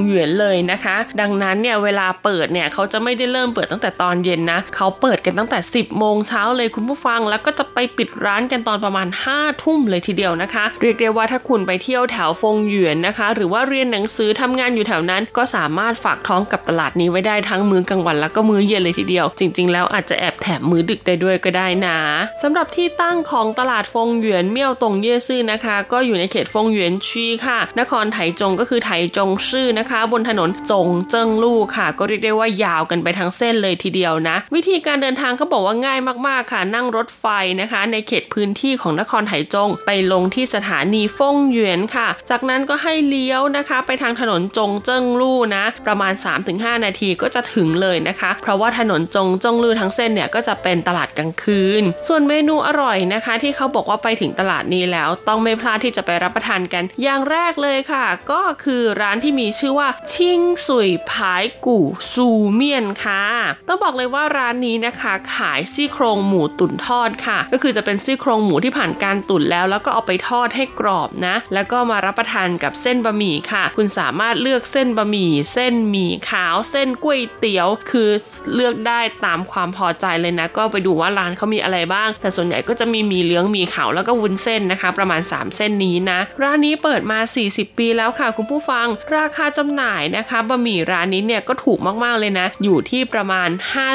C: หยวนเลยนะคะดังนั้นเนี่ยเวลาเปิดเนี่ยเขาจะไม่ได้เริ่มเปิดตั้งแต่ตอนเย็นนะเขาเปิดกันตั้งแต่ 10 โมงเช้าเลยคุณผู้ฟังแล้วก็จะไปปิดร้านกันตอนประมาณ 5 ทุ่มเลยทีเดียวนะคะเรียกได้ว่าถ้าคุณไปเที่ยวแถวฟงหยวนนะคะหรือว่าเรียนหนังสือทำงานอยู่แถวนั้นก็สามารถฝากท้องกับตลาดนี้ไว้ได้ทั้งมื้อกลางวันแล้วก็มื้อเย็นเลยทีเดียวจริงๆแล้วอาจจะแอบแถมมื้อดึกได้ด้วยก็ได้นะสำหรับที่ตั้งของตลาดฟงหยวนเมี่ยวตงเย่ซื่อนะคะก็อยู่ในเขตฟงหยวนชีค่ะนครไถจงก็คือไถจงซื่อนะคะบนถนนจงเจิ้งลู่ค่ะก็เรียกได้ว่ายาวกันไปทั้งเส้นเลยทีเดียวนะวิธีการเดินทางก็บอกว่าง่ายมากๆค่ะนั่งรถไฟนะคะในเขตพื้นที่ของนครไถจงไปลงที่สถานีฟงหยวนค่ะจากนั้นก็ให้เลี้ยวนะคะไปทางถนนจงเจิ้งลู่นะประมาณ 3-5 นาทีก็จะถึงเลยนะคะเพราะว่าถนนจงเจิ้งลู่ทั้งเส้นเนี่ยก็จะเป็นตลาดกลางคืนส่วนเมนูอร่อยนะคะที่เขาบอกว่าไปถึงตลาดนี้แล้วต้องไม่พลาดที่จะไปรับประทานกันอย่างแรกเลยค่ะก็คือร้านที่มีชื่อว่าชิงสุยผายกู่ซูเมียนค่ะต้องบอกเลยว่าร้านนี้นะคะขายซี่โครงหมูตุ๋นทอดค่ะก็คือจะเป็นซี่โครงหมูที่ผ่านการตุ๋นแล้วก็เอาไปทอดให้กรอบนะแล้วก็มารับประทานกับเส้นบะหมี่ค่ะคุณสามารถเลือกเส้นบะหมี่เส้นหมี่ขาวเส้นก๋วยเตี๋ยวคือเลือกได้ตามความพอใจเลยนะก็ไปดูว่าร้านเขามีอะไรบ้างแต่ส่วนใหญ่ก็จะมีหมี่เหลืองหมี่ขาวแล้วก็วุ้นเส้นนะคะประมาณ3เส้นนี้นะร้านนี้เปิดมา40ปีแล้วค่ะคุณผู้ฟังราคาจำหน่ายนะคะบะหมี่ร้านนี้เนี่ยก็ถูกมากๆเลยนะอยู่ที่ประมาณ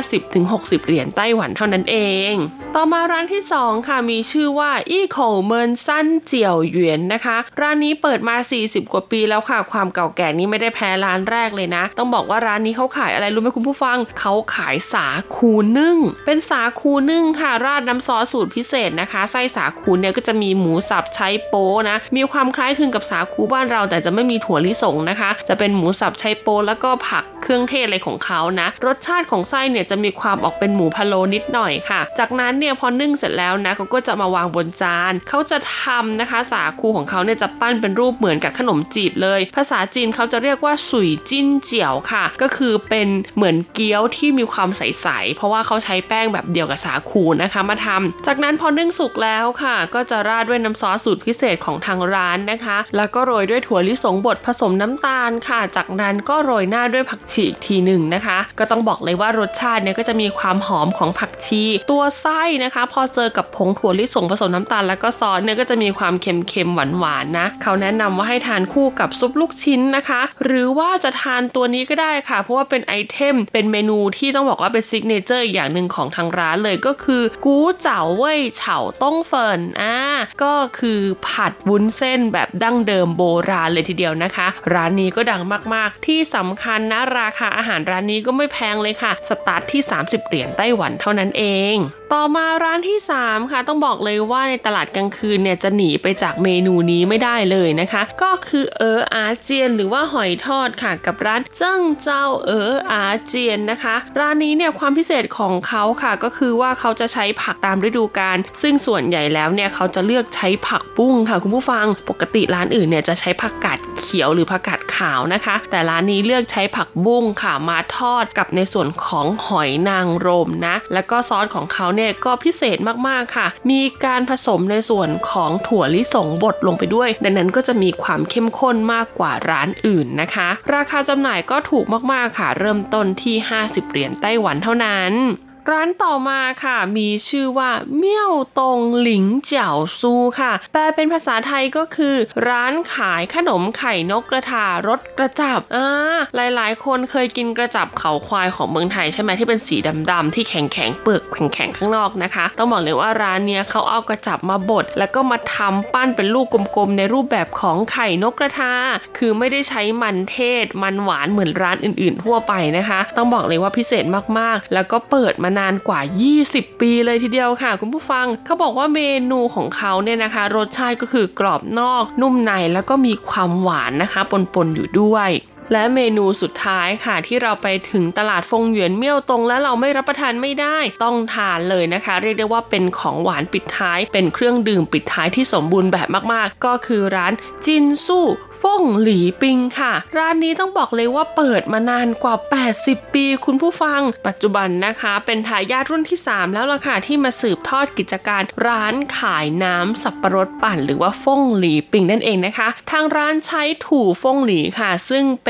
C: 50-60 เหรียญไต้หวันเท่านั้นเองต่อมาร้านที่2ค่ะมีชื่อว่าอี้โขวเมินซั่นเจียวหยวนนะคะร้านนี้เปิดมา40กว่าปีแล้วค่ะความเก่าแก่นี้ไม่ได้แพ้ร้านแรกเลยนะต้องบอกว่าร้านนี้เขาขายอะไรรู้ไหมคุณผู้ฟังเขาขายสาคูนึ่งเป็นสาคูนึ่งค่ะราดน้ำซอสสูตรพิเศษนะคะไส้สาคูเนี่ยก็จะมีหมูสับใช้โป๊นะมีความคล้ายคลึงกับสาคูบ้านเราแต่จะไม่มีถั่วลิสงนะคะจะเป็นหมูสับใช้โป๊แล้วก็ผักเครื่องเทศอะไรของเขานะรสชาติของไส้เนี่ยจะมีความออกเป็นหมูพะโล้นิดหน่อยค่ะจากนั้นเนี่ยพอนึ่งเสร็จแล้วนะเขาก็จะมาวางบนจานเขาจะทำนะคะสาคูของเขาเนี่ยจะปั้นเป็นรูปเหมือนกับขนมจีบเลยภาษาจีนเขาจะเรียกว่าสุยจิ้นเจียวค่ะก็คือเป็นเหมือนเกี๊ยวที่มีความใสๆเพราะว่าเขาใช้แป้งแบบเดียวกับสาคูนะคะมาทำจากนั้นพอนึ่งสุกแล้วค่ะก็จะราดด้วยน้ำซอสสูตรพิเศษของทางร้านนะคะแล้วก็โรยด้วยถั่วลิสงบดผสมน้ำตาลค่ะจากนั้นก็โรยหน้าด้วยผักชีอีกทีหนึ่งนะคะก็ต้องบอกเลยว่ารสชาติเนี่ยก็จะมีความหอมของผักชีตัวไส้นะคะพอเจอกับผงถั่วลิสงผสมน้ำตาลแล้วก็ซอสเนี่ยก็จะมีความเค็มๆหวานๆนะเขาแนะนำว่าให้ทานคู่กับซุปลูกชิ้นนะคะหรือว่าจะทานตัวนี้ก็ได้ค่ะเพราะว่าเป็นไอเทมเป็นเมนูที่ต้องบอกว่าเป็นซิกเนเจอร์อีกอย่างหนึ่งของทางร้านเลยก็คือกู๋เจ๋าเว่ยเฉาต้งเฟินก็คือผัดวุ้นเส้นแบบดั้งเดิมโบราณเลยทีเดียวนะคะร้านนี้ก็ดังมากๆที่สำคัญนะราคาอาหารร้านนี้ก็ไม่แพงเลยค่ะสตาร์ทที่30เหรียญไต้หวันเท่านั้นเองต่อมาร้านที่3ค่ะต้องบอกเลยว่าในตลาดกลางคืนเนี่ยจะหนีไปจากเมนูนี้ไม่ได้เลยนะคะก็คืออาเจียนหรือว่าหอยทอดค่ะกับร้านเจิ้งเจ้าอาเจียนนะคะร้านนี้เนี่ยความพิเศษของเขาค่ะก็คือว่าเขาจะใช้ผักตามฤดูกาลซึ่งส่วนใหญ่แล้วเนี่ยเขาจะเลือกใช้ผักบุ้งค่ะคุณผู้ฟังปกติร้านอื่นเนี่ยจะใช้ผักกาดเขียวหรือผักกาดขาวนะคะแต่ร้านนี้เลือกใช้ผักบุ้งค่ะมาทอดกับในส่วนของหอยนางรมนะแล้วก็ซอสของเขาเนี่ยก็พิเศษมากๆค่ะมีการผสมในส่วนของถั่วลิสงบดลงไปด้วยดังนั้นก็จะมีความเข้มข้นมากกว่าร้านอื่นนะคะราคาจำหน่ายก็ถูกมากๆค่ะเริ่มต้นที่50เหรียญไต้หวันเท่านั้นร้านต่อมาค่ะมีชื่อว่าเมี่ยวตงหลิงเจ๋าซูค่ะแปลเป็นภาษาไทยก็คือร้านขายขนมไข่นกกระทารสกระจับหลายๆคนเคยกินกระจับเขาควายของเมืองไทยใช่ไหมที่เป็นสีดำๆที่แข็งๆเปลือกแข็งๆข้างนอกนะคะต้องบอกเลยว่าร้านเนี้ยเขาเอากระจับมาบดแล้วก็มาทำปั้นเป็นลูกกลมๆในรูปแบบของไข่นกกระทาคือไม่ได้ใช้มันเทศมันหวานเหมือนร้านอื่นๆทั่วไปนะคะต้องบอกเลยว่าพิเศษมากๆแล้วก็เปิดมานานกว่า20ปีเลยทีเดียวค่ะคุณผู้ฟังเขาบอกว่าเมนูของเขาเนี่ยนะคะรสชาติก็คือกรอบนอกนุ่มในแล้วก็มีความหวานนะคะปนๆอยู่ด้วยและเมนูสุดท้ายค่ะที่เราไปถึงตลาดฟงหยวนเมี่ยวตงแล้วเราไม่รับประทานไม่ได้ต้องทานเลยนะคะเรียกได้ว่าเป็นของหวานปิดท้ายเป็นเครื่องดื่มปิดท้ายที่สมบูรณ์แบบมากๆก็คือร้านจินซู่ฟงหลีปิงค่ะร้านนี้ต้องบอกเลยว่าเปิดมานานกว่า80ปีคุณผู้ฟังปัจจุบันนะคะเป็นทายาทรุ่นที่3แล้วล่ะค่ะที่มาสืบทอดกิจการร้านขายน้ำสับปะรดปั่นหรือว่าฟงหลีปิงนั่นเองนะคะทางร้านใช้ถู่ฟงหลีค่ะซึ่งเป็น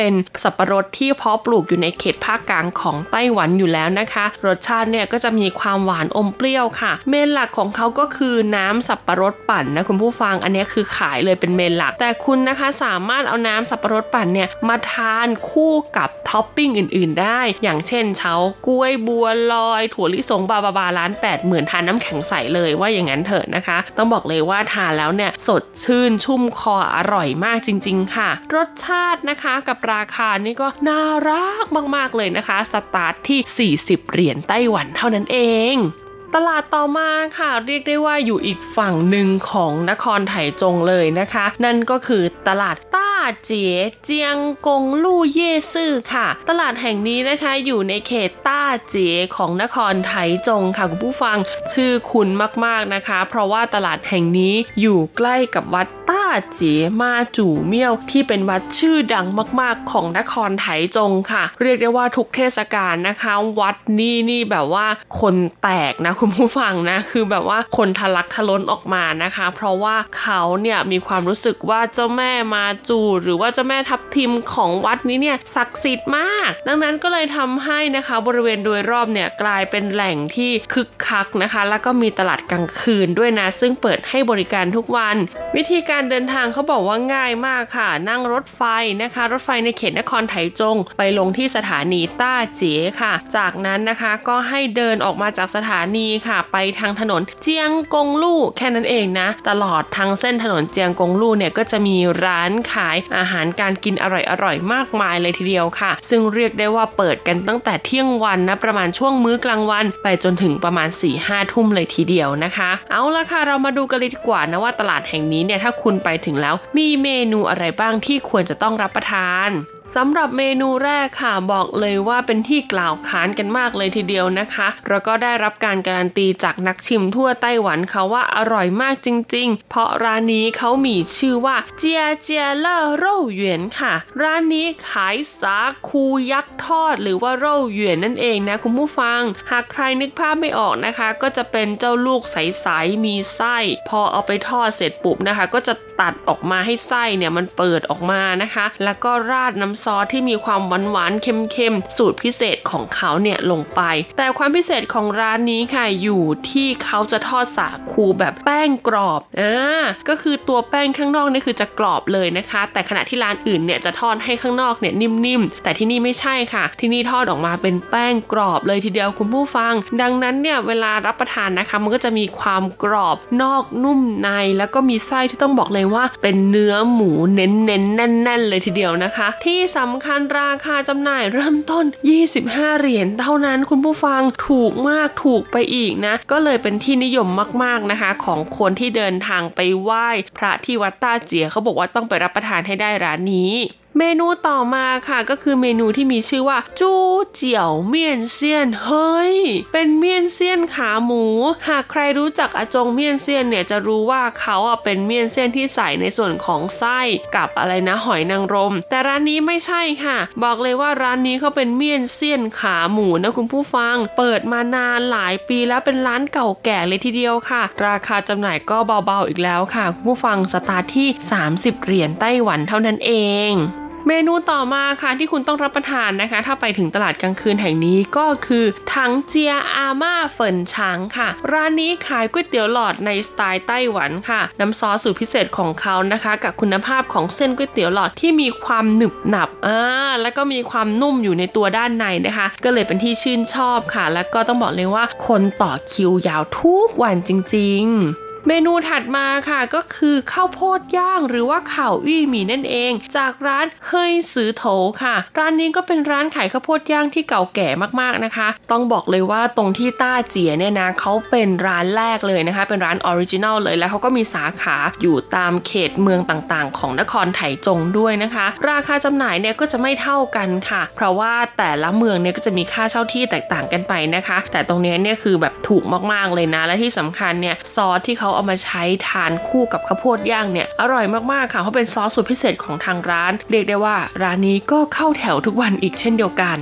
C: เป็นสับปะรดที่เพาะปลูกอยู่ในเขตภาคกลางของไต้หวันอยู่แล้วนะคะรสชาติเนี่ยก็จะมีความหวานอมเปรี้ยวค่ะเมนหลักของเขาก็คือน้ำสับปะรดปั่นนะคุณผู้ฟังอันนี้คือขายเลยเป็นเมนหลักแต่คุณนะคะสามารถเอาน้ำสับปะรดปั่นเนี่ยมาทานคู่กับท็อปปิ้งอื่นๆได้อย่างเช่นเฉาก๊วยบัวลอยถั่วลิสงบาร้าน 80,000 ทานน้ำแข็งใสเลยว่าอย่างนั้นเถอะนะคะต้องบอกเลยว่าทานแล้วเนี่ยสดชื่นชุ่มคออร่อยมากจริงๆค่ะรสชาตินะคะกับราคานี่ก็น่ารักมากๆเลยนะคะสตาร์ทที่40 เหรียญไต้หวันเท่านั้นเองตลาดต่อมาค่ะเรียกได้ว่าอยู่อีกฝั่งหนึ่งของนครไถจงเลยนะคะนั่นก็คือตลาดต้าเจี๋ยเจียงกงลู่เย่ซื่อค่ะตลาดแห่งนี้นะคะอยู่ในเขตต้าเจี๋ยของนครไถจงค่ะคุณผู้ฟังชื่อคุ้นมากๆนะคะเพราะว่าตลาดแห่งนี้อยู่ใกล้กับวัดต้าเจี๋ยมาจู่เมี่ยวที่เป็นวัดชื่อดังมากๆของนครไถจงค่ะเรียกได้ว่าทุกเทศกาลนะคะวัดนี่แบบว่าคนแตกนะคุณผู้ฟังนะคือแบบว่าคนทะลักทะล้นออกมานะคะเพราะว่าเขาเนี่ยมีความรู้สึกว่าเจ้าแม่มาจูหรือว่าเจ้าแม่ทับทิมของวัดนี้เนี่ยศักดิ์สิทธิ์มากดังนั้นก็เลยทำให้นะคะบริเวณโดยรอบเนี่ยกลายเป็นแหล่งที่คึกคักนะคะแล้วก็มีตลาดกลางคืนด้วยนะซึ่งเปิดให้บริการทุกวันวิธีการเดินทางเขาบอกว่าง่ายมากค่ะนั่งรถไฟนะคะรถไฟในเขตนครไถจงไปลงที่สถานีต้าเจ๋ยค่ะจากนั้นนะคะก็ให้เดินออกมาจากสถานีค่ะไปทางถนนเจียงกงลู่แค่นั้นเองนะตลอดทั้งเส้นถนนเจียงกงลู่เนี่ยก็จะมีร้านขายอาหารการกินอร่อยมากมายเลยทีเดียวค่ะซึ่งเรียกได้ว่าเปิดกันตั้งแต่เที่ยงวันนะประมาณช่วงมื้อกลางวันไปจนถึงประมาณ 4-5 ทุ่มเลยทีเดียวนะคะเอาละค่ะเรามาดูกันเลยดีกว่านะว่าตลาดแห่งนี้เนี่ยถ้าคุณไปถึงแล้วมีเมนูอะไรบ้างที่ควรจะต้องรับประทานสำหรับเมนูแรกค่ะบอกเลยว่าเป็นที่กล่าวขานกันมากเลยทีเดียวนะคะแล้วก็ได้รับการการันตีจากนักชิมทั่วไต้หวันค่ะว่าอร่อยมากจริงๆเพราะร้านนี้เขามีชื่อว่าเจียเจียเลอโร่เหวียนค่ะร้านนี้ขายสาคูยักษ์ทอดหรือว่าโร่เหวียนนั่นเองนะคุณผู้ฟังหากใครนึกภาพไม่ออกนะคะก็จะเป็นเจ้าลูกใสๆมีไส้พอเอาไปทอดเสร็จปุ๊บนะคะก็จะตัดออกมาให้ไส้เนี่ยมันเปิดออกมานะคะแล้วก็ราดน้ำซอสที่มีความหวานๆเค็มๆสูตรพิเศษของเขาเนี่ยลงไปแต่ความพิเศษของร้านนี้ค่ะอยู่ที่เขาจะทอดสาคูแบบแป้งกรอบก็คือตัวแป้งข้างนอกนี่คือจะกรอบเลยนะคะแต่ขณะที่ร้านอื่นเนี่ยจะทอดให้ข้างนอกเนี่ยนิ่มๆแต่ที่นี่ไม่ใช่ค่ะที่นี่ทอดออกมาเป็นแป้งกรอบเลยทีเดียวคุณผู้ฟังดังนั้นเนี่ยเวลารับประทานนะคะมันก็จะมีความกรอบนอกนุ่มในแล้วก็มีไส้ที่ต้องบอกเลยว่าเป็นเนื้อหมูเน้นๆแน่นๆเลยทีเดียวนะคะที่สำคัญราคาจำหน่ายเริ่มต้น25 เหรียญเท่านั้นคุณผู้ฟังถูกมากถูกไปอีกนะก็เลยเป็นที่นิยมมากๆนะคะของคนที่เดินทางไปไหว้พระที่วัดต้าเจี๋ยเขาบอกว่าต้องไปรับประทานให้ได้ร้านนี้เมนูต่อมาค่ะก็คือเมนูที่มีชื่อว่าจู้เจี๋ยวเมี่ยนเซียนเฮ้ยเป็นเมี่ยนเซียนขาหมูหากใครรู้จักอาจงเมี่ยนเซียนเนี่ยจะรู้ว่าเขาเป็นเมี่ยนเซียนที่ใส่ในส่วนของไส้กับอะไรนะหอยนางรมแต่ร้านนี้ไม่ใช่ค่ะบอกเลยว่าร้านนี้เขาเป็นเมี่ยนเซียนขาหมูนะคุณผู้ฟังเปิดมานานหลายปีแล้วเป็นร้านเก่าแก่เลยทีเดียวค่ะราคาจำหน่ายก็เบาๆอีกแล้วค่ะคุณผู้ฟังสตาร์ทที่30 เหรียญไต้หวันเท่านั้นเองเมนูต่อมาค่ะที่คุณต้องรับประทานนะคะถ้าไปถึงตลาดกลางคืนแห่งนี้ก็คือถังเจียอาม่าเฟินช้างค่ะร้านนี้ขายก๋วยเตี๋ยวหลอดในสไตล์ไต้หวันค่ะน้ำซอสสูตรพิเศษของเขานะคะกับคุณภาพของเส้นก๋วยเตี๋ยวหลอดที่มีความหนึบหนับแล้วก็มีความนุ่มอยู่ในตัวด้านในนะคะก็เลยเป็นที่ชื่นชอบค่ะแล้วก็ต้องบอกเลยว่าคนต่อคิวยาวทุกวันจริงๆเมนูถัดมาค่ะก็คือข้าวโพดย่างหรือว่าข่าวอี้หมี่นั่นเองจากร้านเฮยสือโถค่ะร้านนี้ก็เป็นร้านขายข้าวโพดย่างที่เก่าแก่มากๆนะคะต้องบอกเลยว่าตรงที่ต้าเจี๋ยเนี่ยนะเขาเป็นร้านแรกเลยนะคะเป็นร้านออริจินัลเลยแล้วเขาก็มีสาขาอยู่ตามเขตเมืองต่างๆของนครไถจงด้วยนะคะราคาจำหน่ายเนี่ยก็จะไม่เท่ากันค่ะเพราะว่าแต่ละเมืองเนี่ยก็จะมีค่าเช่าที่แตกต่างกันไปนะคะแต่ตรงนี้เนี่ยคือแบบถูกมากๆเลยนะและที่สำคัญเนี่ยซอสที่เขาเอามาใช้ทานคู่กับข้าวโพดย่างเนี่ยอร่อยมากๆค่ะเพราะเป็นซอสสูตรพิเศษของทางร้านเรียกได้ว่าร้านนี้ก็เข้าแถวทุกวันอีกเช่นเดียวกัน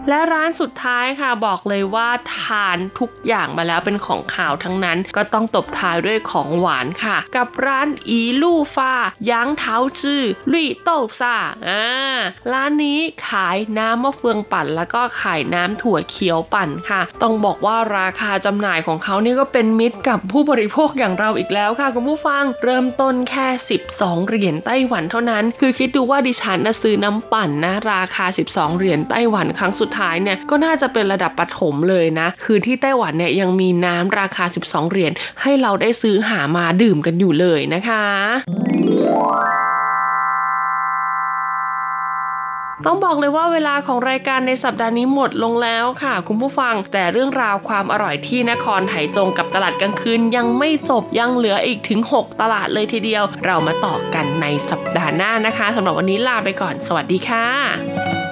C: และร้านสุดท้ายค่ะบอกเลยว่าทานทุกอย่างมาแล้วเป็นของขาวทั้งนั้นก็ต้องตบท้ายด้วยของหวานค่ะกับร้านอีลู่ฟ้ายางเท้าจื้อลี่โต้ซ่าร้านนี้ขายน้ำมะเฟืองปั่นแล้วก็ขายน้ำถั่วเขียวปั่นค่ะต้องบอกว่าราคาจำหน่ายของเขานี่ก็เป็นมิตรกับผู้บริโภคอย่างเราอีกแล้วค่ะคุณผู้ฟังเริ่มต้นแค่12เหรียญไต้หวันเท่านั้นคือคิดดูว่าดิฉันซื้อน้ำปั่นนะราคา12เหรียญไต้หวันครั้งสุดท้ายเนี่ยก็น่าจะเป็นระดับประถมเลยนะคือที่ไต้หวันเนี่ยยังมีน้ำราคา12เหรียญให้เราได้ซื้อหามาดื่มกันอยู่เลยนะคะต้องบอกเลยว่าเวลาของรายการในสัปดาห์นี้หมดลงแล้วค่ะคุณผู้ฟังแต่เรื่องราวความอร่อยที่นครไถจงกับตลาดกลางคืนยังไม่จบยังเหลืออีกถึง6ตลาดเลยทีเดียวเรามาต่อกันในสัปดาห์หน้านะคะสำหรับวันนี้ลาไปก่อนสวัสดีค่ะ